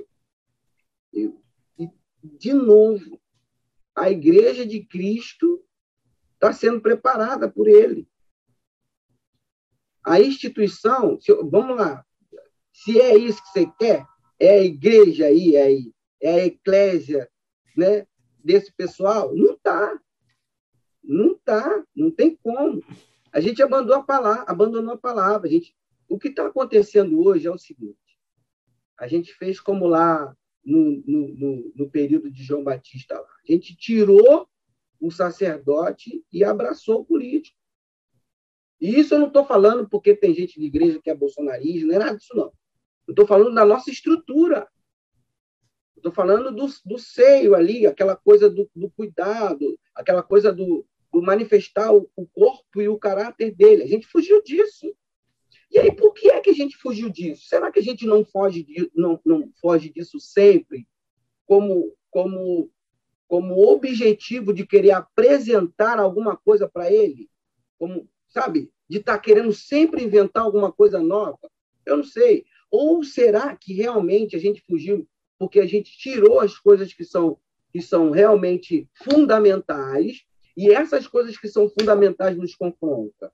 de novo, a igreja de Cristo está sendo preparada por ele. A instituição, vamos lá, Se é isso que você quer, é a igreja aí, é a eclésia, né, desse pessoal? Não está. Não está, não tem como. A gente abandonou a palavra. O que está acontecendo hoje é o seguinte: a gente fez como lá no período de João Batista. Lá. A gente tirou o sacerdote e abraçou o político. E isso eu não estou falando porque tem gente de igreja que é bolsonarista, não é nada disso, não. Eu estou falando da nossa estrutura. Estou falando do seio ali, aquela coisa do cuidado, aquela coisa do manifestar o corpo e o caráter dele. A gente fugiu disso. E aí, por que é que a gente fugiu disso? Será que a gente não foge disso sempre como objetivo de querer apresentar alguma coisa para ele? Como, sabe? De estar querendo sempre inventar alguma coisa nova? Eu não sei. Ou será que realmente a gente fugiu porque a gente tirou as coisas que são realmente fundamentais e essas coisas que são fundamentais nos confrontam?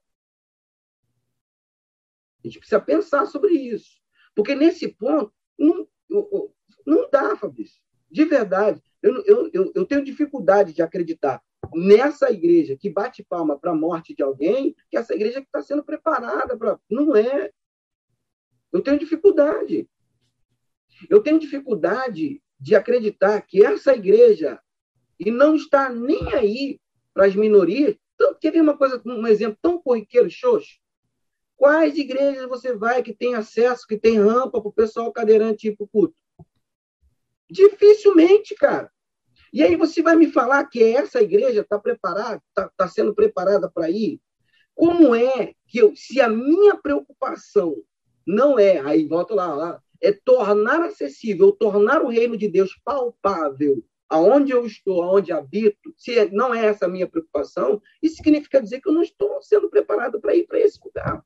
A gente precisa pensar sobre isso. Porque nesse ponto, não dá, Fabrício. De verdade. Eu tenho dificuldade de acreditar nessa igreja que bate palma para a morte de alguém, que essa igreja que está sendo preparada para... Não é. Eu tenho dificuldade. Eu tenho dificuldade de acreditar que essa igreja e não está nem aí para as minorias. Então, quer ver um exemplo tão corriqueiro, xoxo? Quais igrejas você vai que tem acesso, que tem rampa para o pessoal cadeirante ir para o culto? Dificilmente, cara. E aí você vai me falar que essa igreja está preparada, está sendo preparada para ir? Como é que se a minha preocupação não é, aí volta lá, é tornar acessível, tornar o reino de Deus palpável aonde eu estou, aonde habito, se não é essa a minha preocupação, isso significa dizer que eu não estou sendo preparado para ir para esse lugar.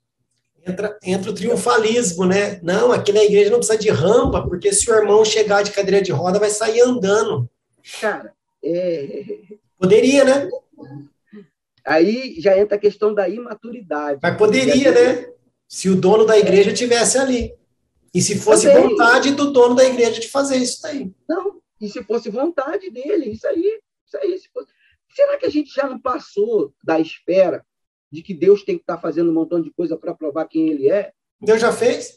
Entra o triunfalismo, né? Não, aqui na igreja não precisa de rampa, porque se o irmão chegar de cadeira de roda, vai sair andando. Cara, Poderia, né? Aí já entra a questão da imaturidade. Mas poderia, né? Se o dono da igreja estivesse ali. E se fosse vontade do dono da igreja de fazer isso daí. Não, e se fosse vontade dele, isso aí. Será que a gente já não passou da espera de que Deus tem que estar fazendo um montão de coisa para provar quem ele é? Deus já fez?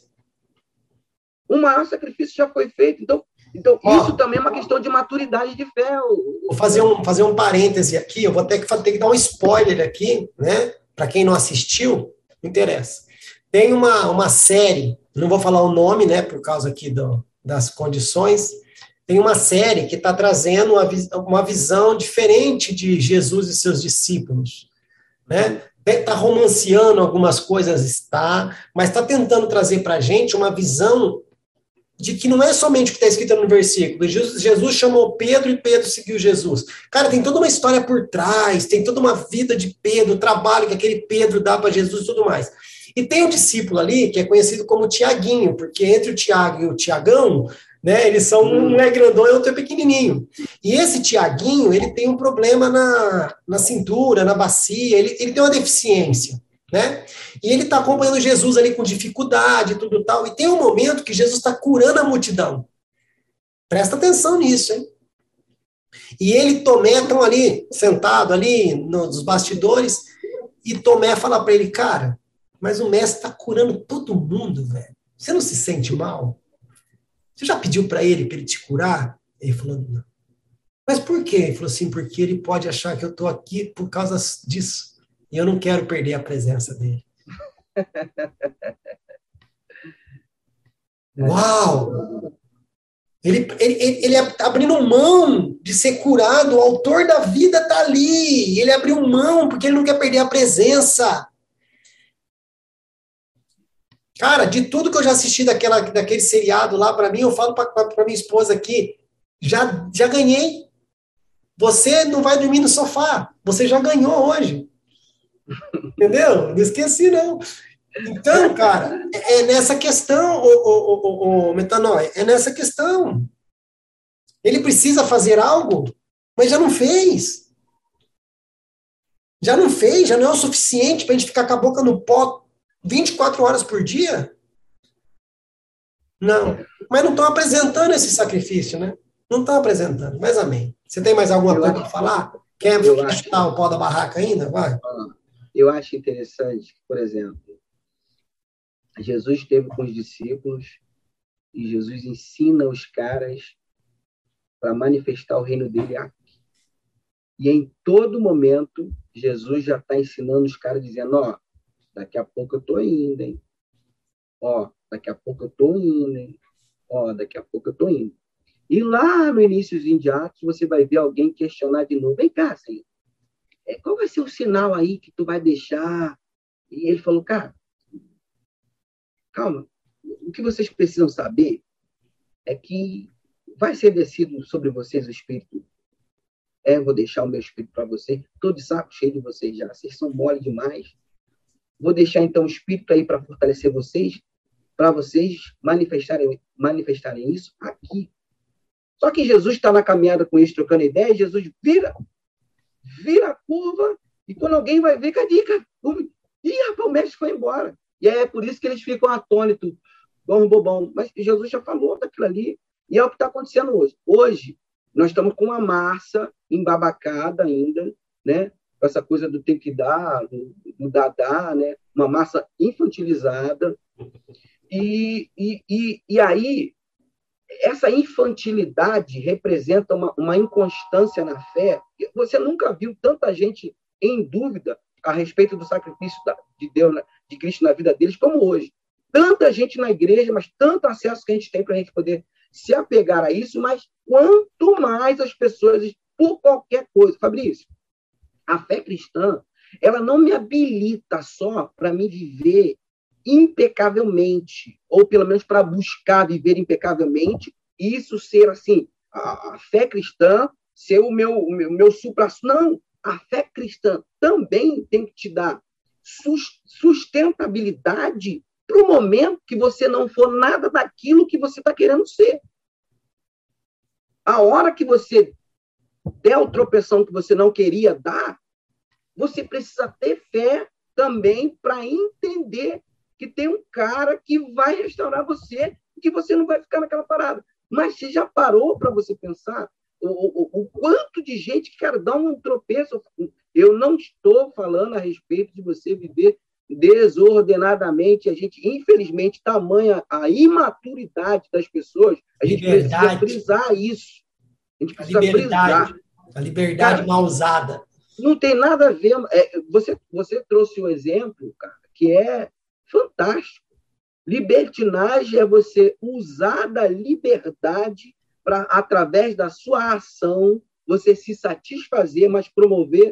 O maior sacrifício já foi feito. Então isso também é uma questão de maturidade de fé. Vou fazer um parêntese aqui, eu vou ter que dar um spoiler aqui, né? Para quem não assistiu, não interessa. Tem uma série, não vou falar o nome, né? Por causa aqui das condições. Tem uma série que está trazendo uma visão diferente de Jesus e seus discípulos, né? Está romanceando algumas coisas, mas está tentando trazer para a gente uma visão de que não é somente o que está escrito no versículo. Jesus chamou Pedro e Pedro seguiu Jesus. Cara, tem toda uma história por trás, tem toda uma vida de Pedro, o trabalho que aquele Pedro dá para Jesus e tudo mais. E tem um discípulo ali que é conhecido como Tiaguinho, porque entre o Tiago e o Tiagão, né, eles são, um é grandão e outro é pequenininho. E esse Tiaguinho, ele tem um problema na cintura, na bacia, ele tem uma deficiência, né? E ele está acompanhando Jesus ali com dificuldade e tudo tal, e tem um momento que Jesus está curando a multidão. Presta atenção nisso, hein? E ele e Tomé estão ali, sentado ali nos bastidores, e Tomé fala para ele, cara, mas o mestre está curando todo mundo, velho. Você não se sente mal? Você já pediu para ele te curar? Ele falou, não. Mas por quê? Ele falou assim, porque ele pode achar que eu estou aqui por causa disso. E eu não quero perder a presença dele. Uau! Ele abrindo mão de ser curado, o autor da vida está ali. Ele abriu mão porque ele não quer perder a presença. Cara, de tudo que eu já assisti daquele seriado lá, para mim, eu falo para minha esposa aqui, já ganhei. Você não vai dormir no sofá. Você já ganhou hoje. Entendeu? Não esqueci, não. Então, cara, é nessa questão, o Metanoia, é nessa questão. Ele precisa fazer algo, mas já não fez. Já não fez, já não é o suficiente para a gente ficar com a boca no pó 24 horas por dia. Não, mas não estão apresentando esse sacrifício, né? Não estão apresentando, mas amém. Você tem mais alguma coisa para falar? Quer chutar o pau da barraca ainda? Vai. Eu acho interessante, por exemplo, Jesus esteve com os discípulos e Jesus ensina os caras para manifestar o reino dele aqui. E em todo momento, Jesus já está ensinando os caras, dizendo, ó, daqui a pouco eu estou indo, hein? Ó, daqui a pouco eu estou indo, hein? Ó, daqui a pouco eu estou indo. E lá no iníciozinho de Atos, você vai ver alguém questionar de novo. Vem cá, Senhor, qual vai ser o sinal aí que tu vai deixar? E ele falou, cara, calma, o que vocês precisam saber é que vai ser descido sobre vocês o Espírito. Vou deixar o meu Espírito para vocês. Estou de saco cheio de vocês já. Vocês são mole demais. Vou deixar, então, o Espírito aí para fortalecer vocês, para vocês manifestarem isso aqui. Só que Jesus está na caminhada com eles, trocando ideia, e Jesus vira a curva, e quando alguém vai ver, cadê? Ih, rapaz, o mestre foi embora. E aí é por isso que eles ficam atônitos, bom, bobão. Mas Jesus já falou daquilo ali, e é o que está acontecendo hoje. Hoje, nós estamos com uma massa embabacada ainda, né? Com essa coisa do tem que dar, do dar, né? Uma massa infantilizada. E aí, essa infantilidade representa uma inconstância na fé. Você nunca viu tanta gente em dúvida a respeito do sacrifício de Deus, de Cristo na vida deles, como hoje. Tanta gente na igreja, mas tanto acesso que a gente tem para a gente poder se apegar a isso, mas quanto mais as pessoas, por qualquer coisa. Fabrício, a fé cristã, ela não me habilita só para me viver impecavelmente, ou pelo menos para buscar viver impecavelmente, e isso ser assim, a fé cristã ser o meu supra. Não, a fé cristã também tem que te dar sustentabilidade para o momento que você não for nada daquilo que você está querendo ser. A hora que você der o tropeção que você não queria dar, você precisa ter fé também para entender que tem um cara que vai restaurar você e que você não vai ficar naquela parada. Mas você já parou para você pensar o quanto de gente que, cara, dá um tropeço? Eu não estou falando a respeito de você viver desordenadamente. A gente, infelizmente, tamanha a imaturidade das pessoas, a gente precisa frisar isso. A gente precisa frisar. A liberdade, cara, mal usada. Não tem nada a ver. Você trouxe um exemplo, cara, que é fantástico. Libertinagem é você usar da liberdade para, através da sua ação, você se satisfazer, mas promover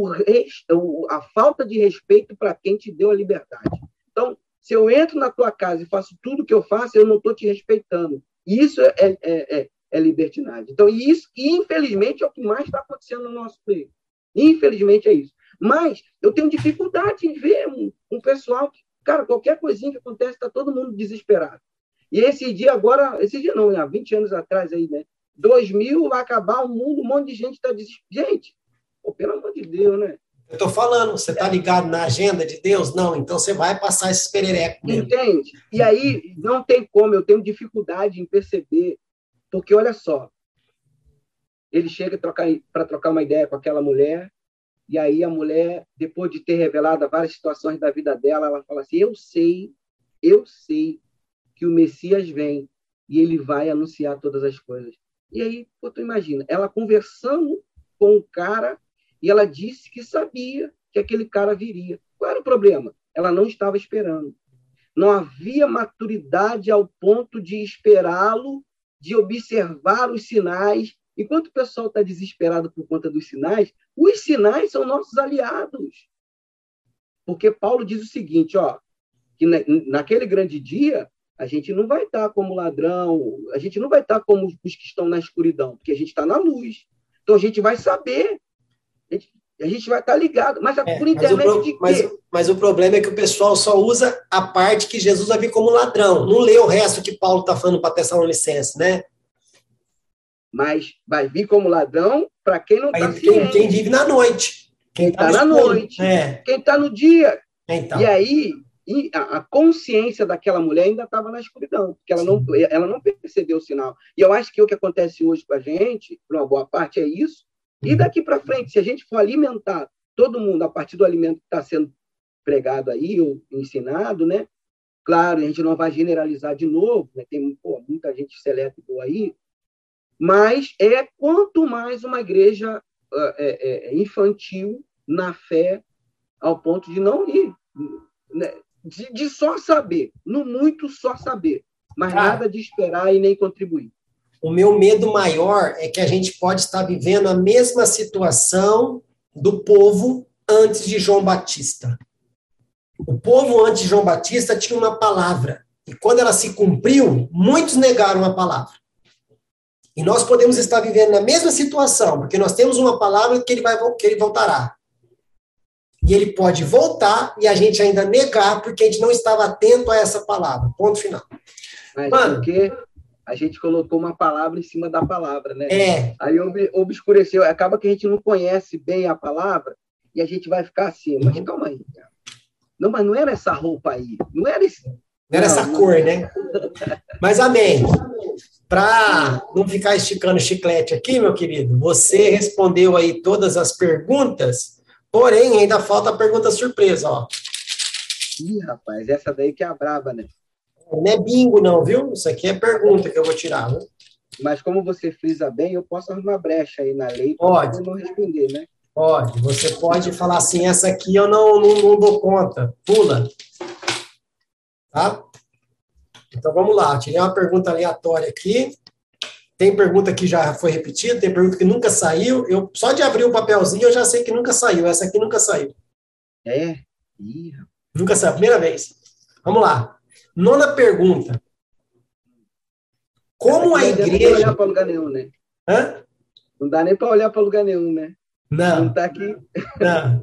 a falta de respeito para quem te deu a liberdade. Então, se eu entro na tua casa e faço tudo o que eu faço, eu não estou te respeitando. Isso é libertinagem. Então, isso, infelizmente, é o que mais está acontecendo no nosso meio. Infelizmente, é isso. Mas eu tenho dificuldade em ver um pessoal que, cara, qualquer coisinha que acontece, está todo mundo desesperado. E esse dia não, há 20 anos atrás, aí, né? 2000 vai acabar o mundo, um monte de gente está desesperada. Gente, pelo amor de Deus, né? Eu estou falando, você está ligado na agenda de Deus? Não, então você vai passar esse perereco mesmo. Entende? E aí, não tem como, eu tenho dificuldade em perceber, porque, olha só, ele chega para trocar uma ideia com aquela mulher, e aí a mulher, depois de ter revelado várias situações da vida dela, ela fala assim, eu sei que o Messias vem, e ele vai anunciar todas as coisas. E aí, tu imagina, ela conversando com o cara, e ela disse que sabia que aquele cara viria. Qual era o problema? Ela não estava esperando. Não havia maturidade ao ponto de esperá-lo, de observar os sinais. Enquanto o pessoal está desesperado por conta dos sinais, os sinais são nossos aliados. Porque Paulo diz o seguinte, que naquele grande dia, a gente não vai estar como ladrão, a gente não vai estar como os que estão na escuridão, porque a gente está na luz. Então, a gente vai saber, a gente vai estar ligado. Mas por intermédio de quê? Mas o problema é que o pessoal só usa a parte que Jesus vai vir como ladrão. Não lê o resto que Paulo está falando para Tessalonicenses, né? Mas vai vir como ladrão para quem não está ciente. Quem vive na noite. Quem está na noite. Quem está no dia. Então. E a consciência daquela mulher ainda estava na escuridão, porque ela não percebeu o sinal. E eu acho que o que acontece hoje com a gente, por uma boa parte, é isso. E daqui para frente, se a gente for alimentar todo mundo a partir do alimento que está sendo pregado aí, ou ensinado, né? Claro, a gente não vai generalizar de novo, né? Tem muita gente seleta aí, mas quanto mais uma igreja infantil na fé, ao ponto de não ir, né? De só saber, no muito só saber, mas nada de esperar e nem contribuir. O meu medo maior é que a gente pode estar vivendo a mesma situação do povo antes de João Batista. O povo antes de João Batista tinha uma palavra, e quando ela se cumpriu, muitos negaram a palavra. E nós podemos estar vivendo na mesma situação, porque nós temos uma palavra que ele voltará. E ele pode voltar e a gente ainda negar porque a gente não estava atento a essa palavra. Ponto final. Mas porque a gente colocou uma palavra em cima da palavra, né? Aí obscureceu. Acaba que a gente não conhece bem a palavra e a gente vai ficar assim. Mas calma aí, cara. Não, mas não era essa roupa aí. Não era esse... Não era essa cor, né? Mas amém. Para não ficar esticando chiclete aqui, meu querido, você respondeu aí todas as perguntas, porém ainda falta a pergunta surpresa, ó. Ih, rapaz, essa daí que é a braba, né? Não é bingo não, viu? Isso aqui é pergunta que eu vou tirar, né? Mas como você frisa bem, eu posso arrumar brecha aí na lei para não responder, né? Pode. Você pode falar assim, essa aqui eu não dou conta. Pula. Tá? Então, vamos lá. Tirei uma pergunta aleatória aqui. Tem pergunta que já foi repetida, tem pergunta que nunca saiu. Só de abrir o papelzinho, eu já sei que nunca saiu. Essa aqui nunca saiu. Ih. Nunca saiu. Primeira vez. Vamos lá. 9ª pergunta. Como a igreja... Não dá nem para olhar para lugar nenhum, né? Hã? Não dá nem para olhar para lugar nenhum, né? Não. Não tá aqui. Não.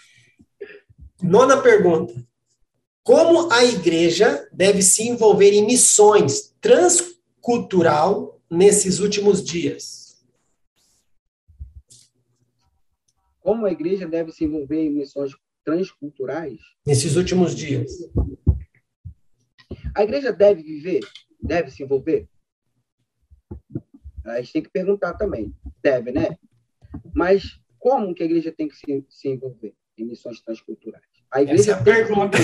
9ª pergunta. Como a igreja deve se envolver em missões transcultural nesses últimos dias? Como a igreja deve se envolver em missões transculturais? Nesses últimos dias. A igreja deve viver? Deve se envolver? A gente tem que perguntar também. Deve, né? Mas como que a igreja tem que se envolver em missões transculturais? A igreja Essa é a pergunta.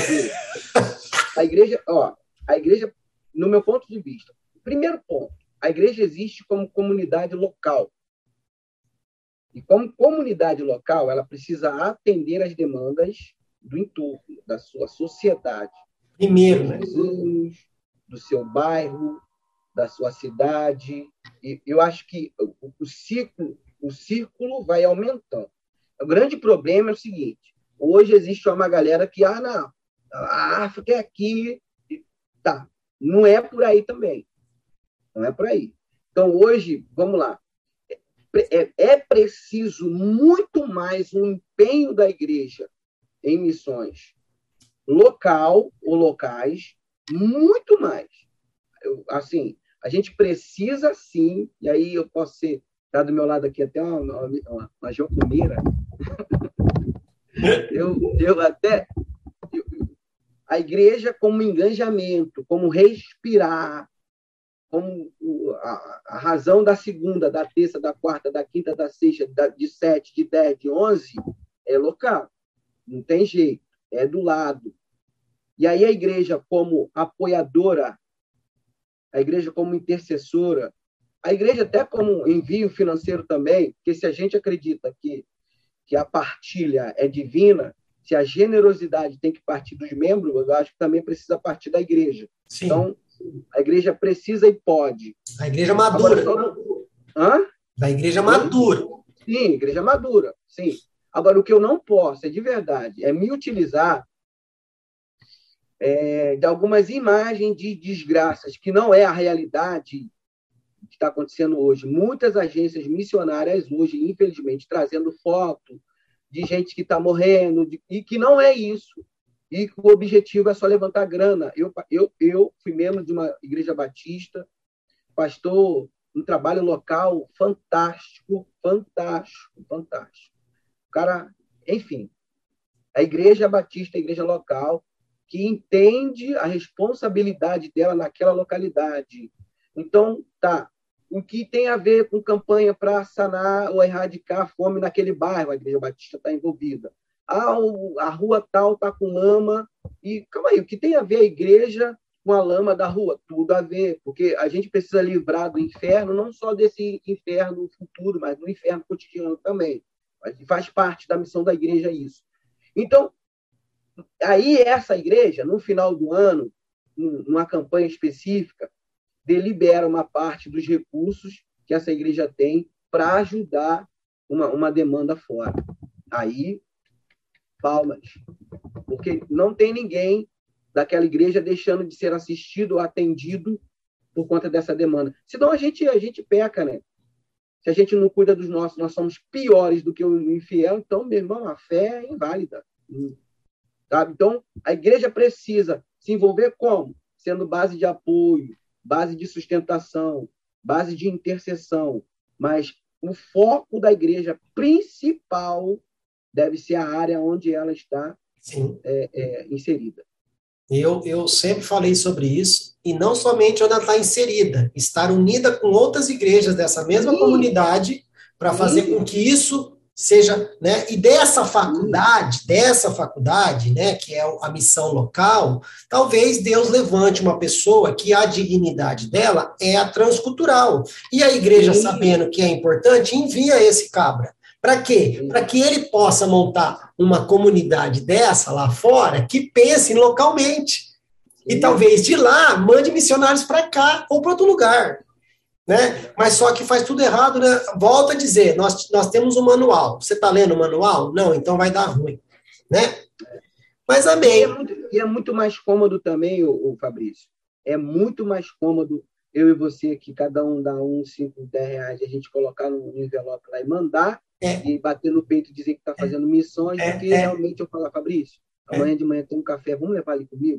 A igreja, no meu ponto de vista, primeiro ponto, a igreja existe como comunidade local. E como comunidade local, ela precisa atender às demandas do entorno, da sua sociedade. Primeiro, né? Do seu bairro, da sua cidade. E eu acho que o círculo vai aumentando. O grande problema é o seguinte: hoje existe uma galera que, não, a África é aqui. Tá, não é por aí também. Não é por aí. Então, hoje, vamos lá, é preciso muito mais um empenho da igreja em missões local ou locais, muito mais. Assim, a gente precisa sim, e aí eu posso estar do meu lado aqui até uma jocomeira. A igreja como engajamento, como respirar, como a razão da segunda, da terça, da quarta, da quinta, da sexta, de 7, de 10, de 11, é local. Não tem jeito, é do lado. E aí a igreja como apoiadora, a igreja como intercessora, a igreja até como envio financeiro também, porque se a gente acredita que a partilha é divina, se a generosidade tem que partir dos membros, eu acho que também precisa partir da igreja. Sim. Então, a igreja precisa e pode. A igreja madura. Da igreja madura. Sim, igreja madura. Sim. Agora, o que eu não posso, de verdade, é me utilizar de algumas imagens de desgraças, que não é a realidade que está acontecendo hoje. Muitas agências missionárias hoje, infelizmente, trazendo foto de gente que está morrendo, e que não é isso. E que o objetivo é só levantar grana. Eu fui membro de uma igreja batista, pastor, um trabalho local fantástico, fantástico, fantástico. O cara, enfim, a igreja batista, a igreja local, que entende a responsabilidade dela naquela localidade. Então, tá, o que tem a ver com campanha para sanar ou erradicar a fome naquele bairro, a Igreja Batista está envolvida. A rua tal está com lama, e calma aí, o que tem a ver a igreja com a lama da rua? Tudo a ver, porque a gente precisa livrar do inferno, não só desse inferno futuro, mas do inferno cotidiano também. Faz parte da missão da igreja isso. Então, aí essa igreja, no final do ano, numa campanha específica, delibera uma parte dos recursos que essa igreja tem para ajudar uma demanda fora. Aí, palmas. Porque não tem ninguém daquela igreja deixando de ser assistido ou atendido por conta dessa demanda. Senão a gente peca, né? Se a gente não cuida dos nossos, nós somos piores do que o infiel, então, meu irmão, a fé é inválida. Sabe? Então, a igreja precisa se envolver como? Sendo base de apoio, base de sustentação, base de intercessão. Mas o foco da igreja principal deve ser a área onde ela está inserida. Eu sempre falei sobre isso, e não somente onde ela está inserida, estar unida com outras igrejas dessa mesma comunidade para fazer com que isso seja, né? E dessa faculdade, né, que é a missão local, talvez Deus levante uma pessoa que a dignidade dela é a transcultural. E a igreja, sabendo que é importante, envia esse cabra. Para quê? Para que ele possa montar uma comunidade dessa lá fora que pense localmente. E talvez de lá mande missionários para cá ou para outro lugar. Né? Mas só que faz tudo errado, né? Volto a dizer, nós temos um manual. Você está lendo o manual? Não, então vai dar ruim. Né? Mas amém. E é muito mais cômodo também, o Fabrício. É muito mais cômodo eu e você, que cada um dá 5, 10 reais, a gente colocar no envelope lá e mandar, e bater no peito e dizer que está fazendo missões, do que realmente eu falar, Fabrício, amanhã de manhã tem um café, vamos levar ali comigo?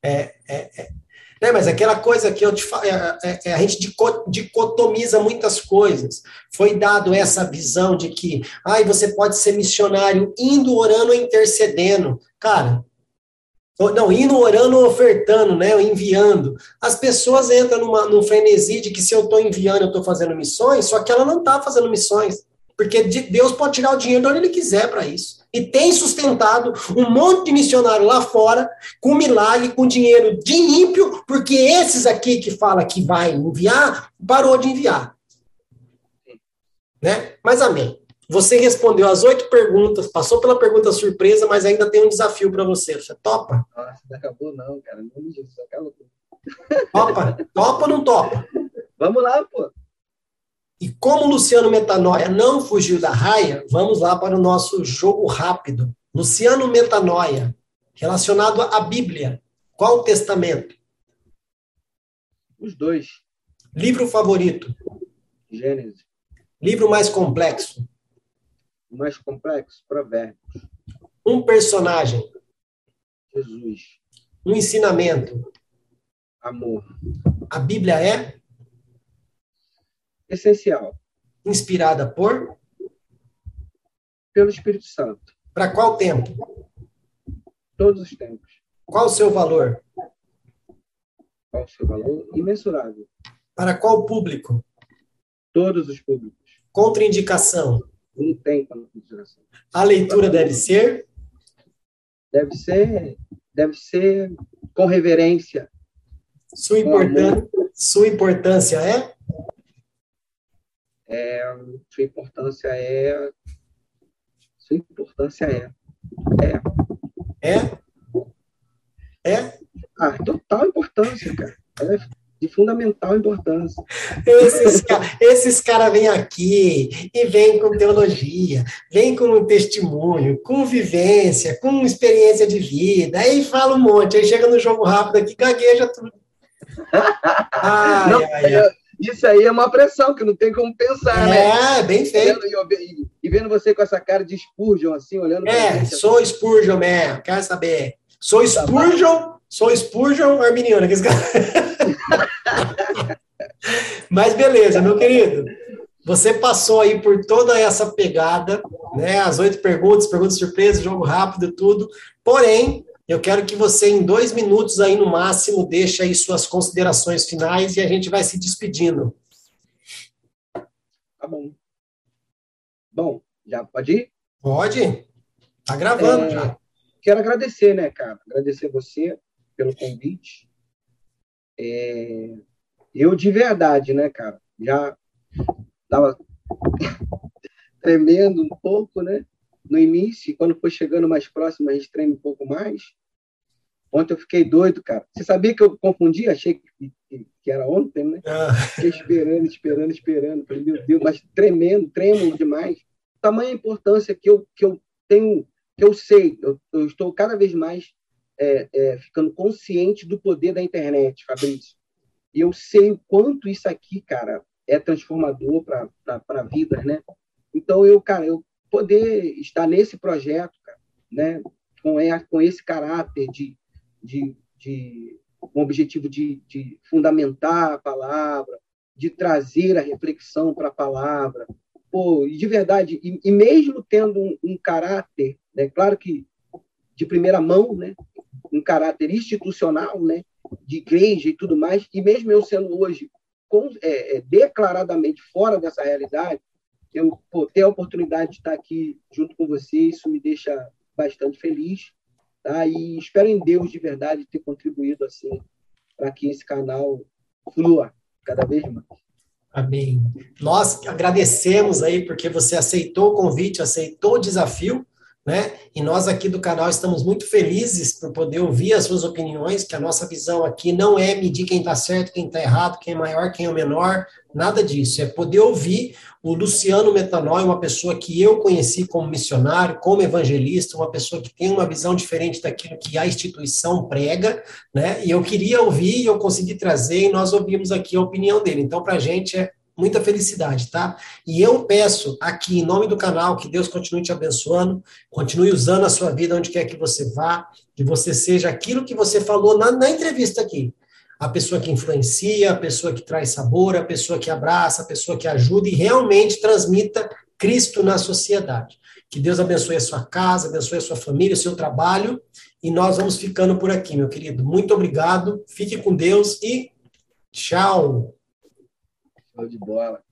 Mas aquela coisa que eu te falo, a gente dicotomiza muitas coisas. Foi dado essa visão de que você pode ser missionário indo, orando ou intercedendo. Cara, não, indo, orando ou ofertando, né, ou enviando. As pessoas entram num frenesi de que se eu estou enviando, eu estou fazendo missões, só que ela não está fazendo missões. Porque Deus pode tirar o dinheiro de onde Ele quiser para isso. E tem sustentado um monte de missionário lá fora, com milagre, com dinheiro de ímpio, porque esses aqui que fala que vai enviar, parou de enviar. Né? Mas amém. Você respondeu as 8 perguntas, passou pela pergunta surpresa, mas ainda tem um desafio para você. Você topa? Nossa, não acabou não, cara. Não, Jesus, acabou. Topa? Topa ou não topa? Vamos lá, pô. E como Luciano Metanoia não fugiu da raia, vamos lá para o nosso jogo rápido. Luciano Metanoia, relacionado à Bíblia. Qual testamento? Os 2. Livro favorito? Gênesis. Livro mais complexo? O mais complexo? Provérbios. Um personagem? Jesus. Um ensinamento? Amor. A Bíblia é? Essencial. Inspirada por? Pelo Espírito Santo. Para qual tempo? Todos os tempos. Qual o seu valor? Qual o seu valor? Imensurável. Para qual público? Todos os públicos. Contraindicação? Não tem contraindicação. A leitura deve ser? Deve ser com reverência. Sua importância é? Sua importância é? Total importância, cara. Ela é de fundamental importância. Esses caras vêm aqui e vêm com teologia, vêm com testemunho, com vivência, com experiência de vida, aí fala um monte, aí chega no jogo rápido aqui, gagueja tudo. Isso aí é uma pressão, que não tem como pensar, né? Bem feito. E vendo você com essa cara de Spurgeon, assim, olhando pra gente, sou Spurgeon mesmo, quero saber. Sou Spurgeon arminiano. Mas beleza, meu querido. Você passou aí por toda essa pegada, né? As 8 perguntas surpresas, jogo rápido, tudo. Porém, Eu quero que você, em 2 minutos aí no máximo, deixe aí suas considerações finais e a gente vai se despedindo. Tá bom. Bom, já pode ir? Pode? Tá gravando já. Quero agradecer, né, cara? Agradecer você pelo convite. Eu, de verdade, né, cara, já estava tremendo um pouco, né, no início, e quando foi chegando mais próximo, a gente treme um pouco mais. Ontem eu fiquei doido, cara. Você sabia que eu confundi? Achei que era ontem, né? Fiquei esperando. Falei, meu Deus, mas trêmulo demais. Tamanha importância que eu tenho, que eu sei, eu estou cada vez mais ficando consciente do poder da internet, Fabrício. E eu sei o quanto isso aqui, cara, é transformador para vidas, né? Então, eu poder estar nesse projeto, cara, né? Com esse caráter com o objetivo de fundamentar a palavra, de trazer a reflexão para a palavra. Pô, de verdade, e mesmo tendo um caráter, né, claro que de primeira mão, né, um caráter institucional, né, de igreja e tudo mais, e mesmo eu sendo hoje declaradamente fora dessa realidade, eu ter a oportunidade de estar aqui junto com você, isso me deixa bastante feliz. Tá? E espero em Deus, de verdade, ter contribuído assim para que esse canal flua cada vez mais. Amém. Nós agradecemos aí porque você aceitou o convite, aceitou o desafio, né? E nós aqui do canal estamos muito felizes por poder ouvir as suas opiniões, que a nossa visão aqui não é medir quem está certo, quem está errado, quem é maior, quem é o menor, nada disso. É poder ouvir o Luciano Metanoia, uma pessoa que eu conheci como missionário, como evangelista, uma pessoa que tem uma visão diferente daquilo que a instituição prega, né? E eu queria ouvir, e eu consegui trazer, e nós ouvimos aqui a opinião dele. Então, para a gente é muita felicidade, tá? E eu peço aqui, em nome do canal, que Deus continue te abençoando, continue usando a sua vida onde quer que você vá, que você seja aquilo que você falou na entrevista aqui. A pessoa que influencia, a pessoa que traz sabor, a pessoa que abraça, a pessoa que ajuda e realmente transmita Cristo na sociedade. Que Deus abençoe a sua casa, abençoe a sua família, o seu trabalho, e nós vamos ficando por aqui, meu querido. Muito obrigado, fique com Deus e tchau! Show de bola.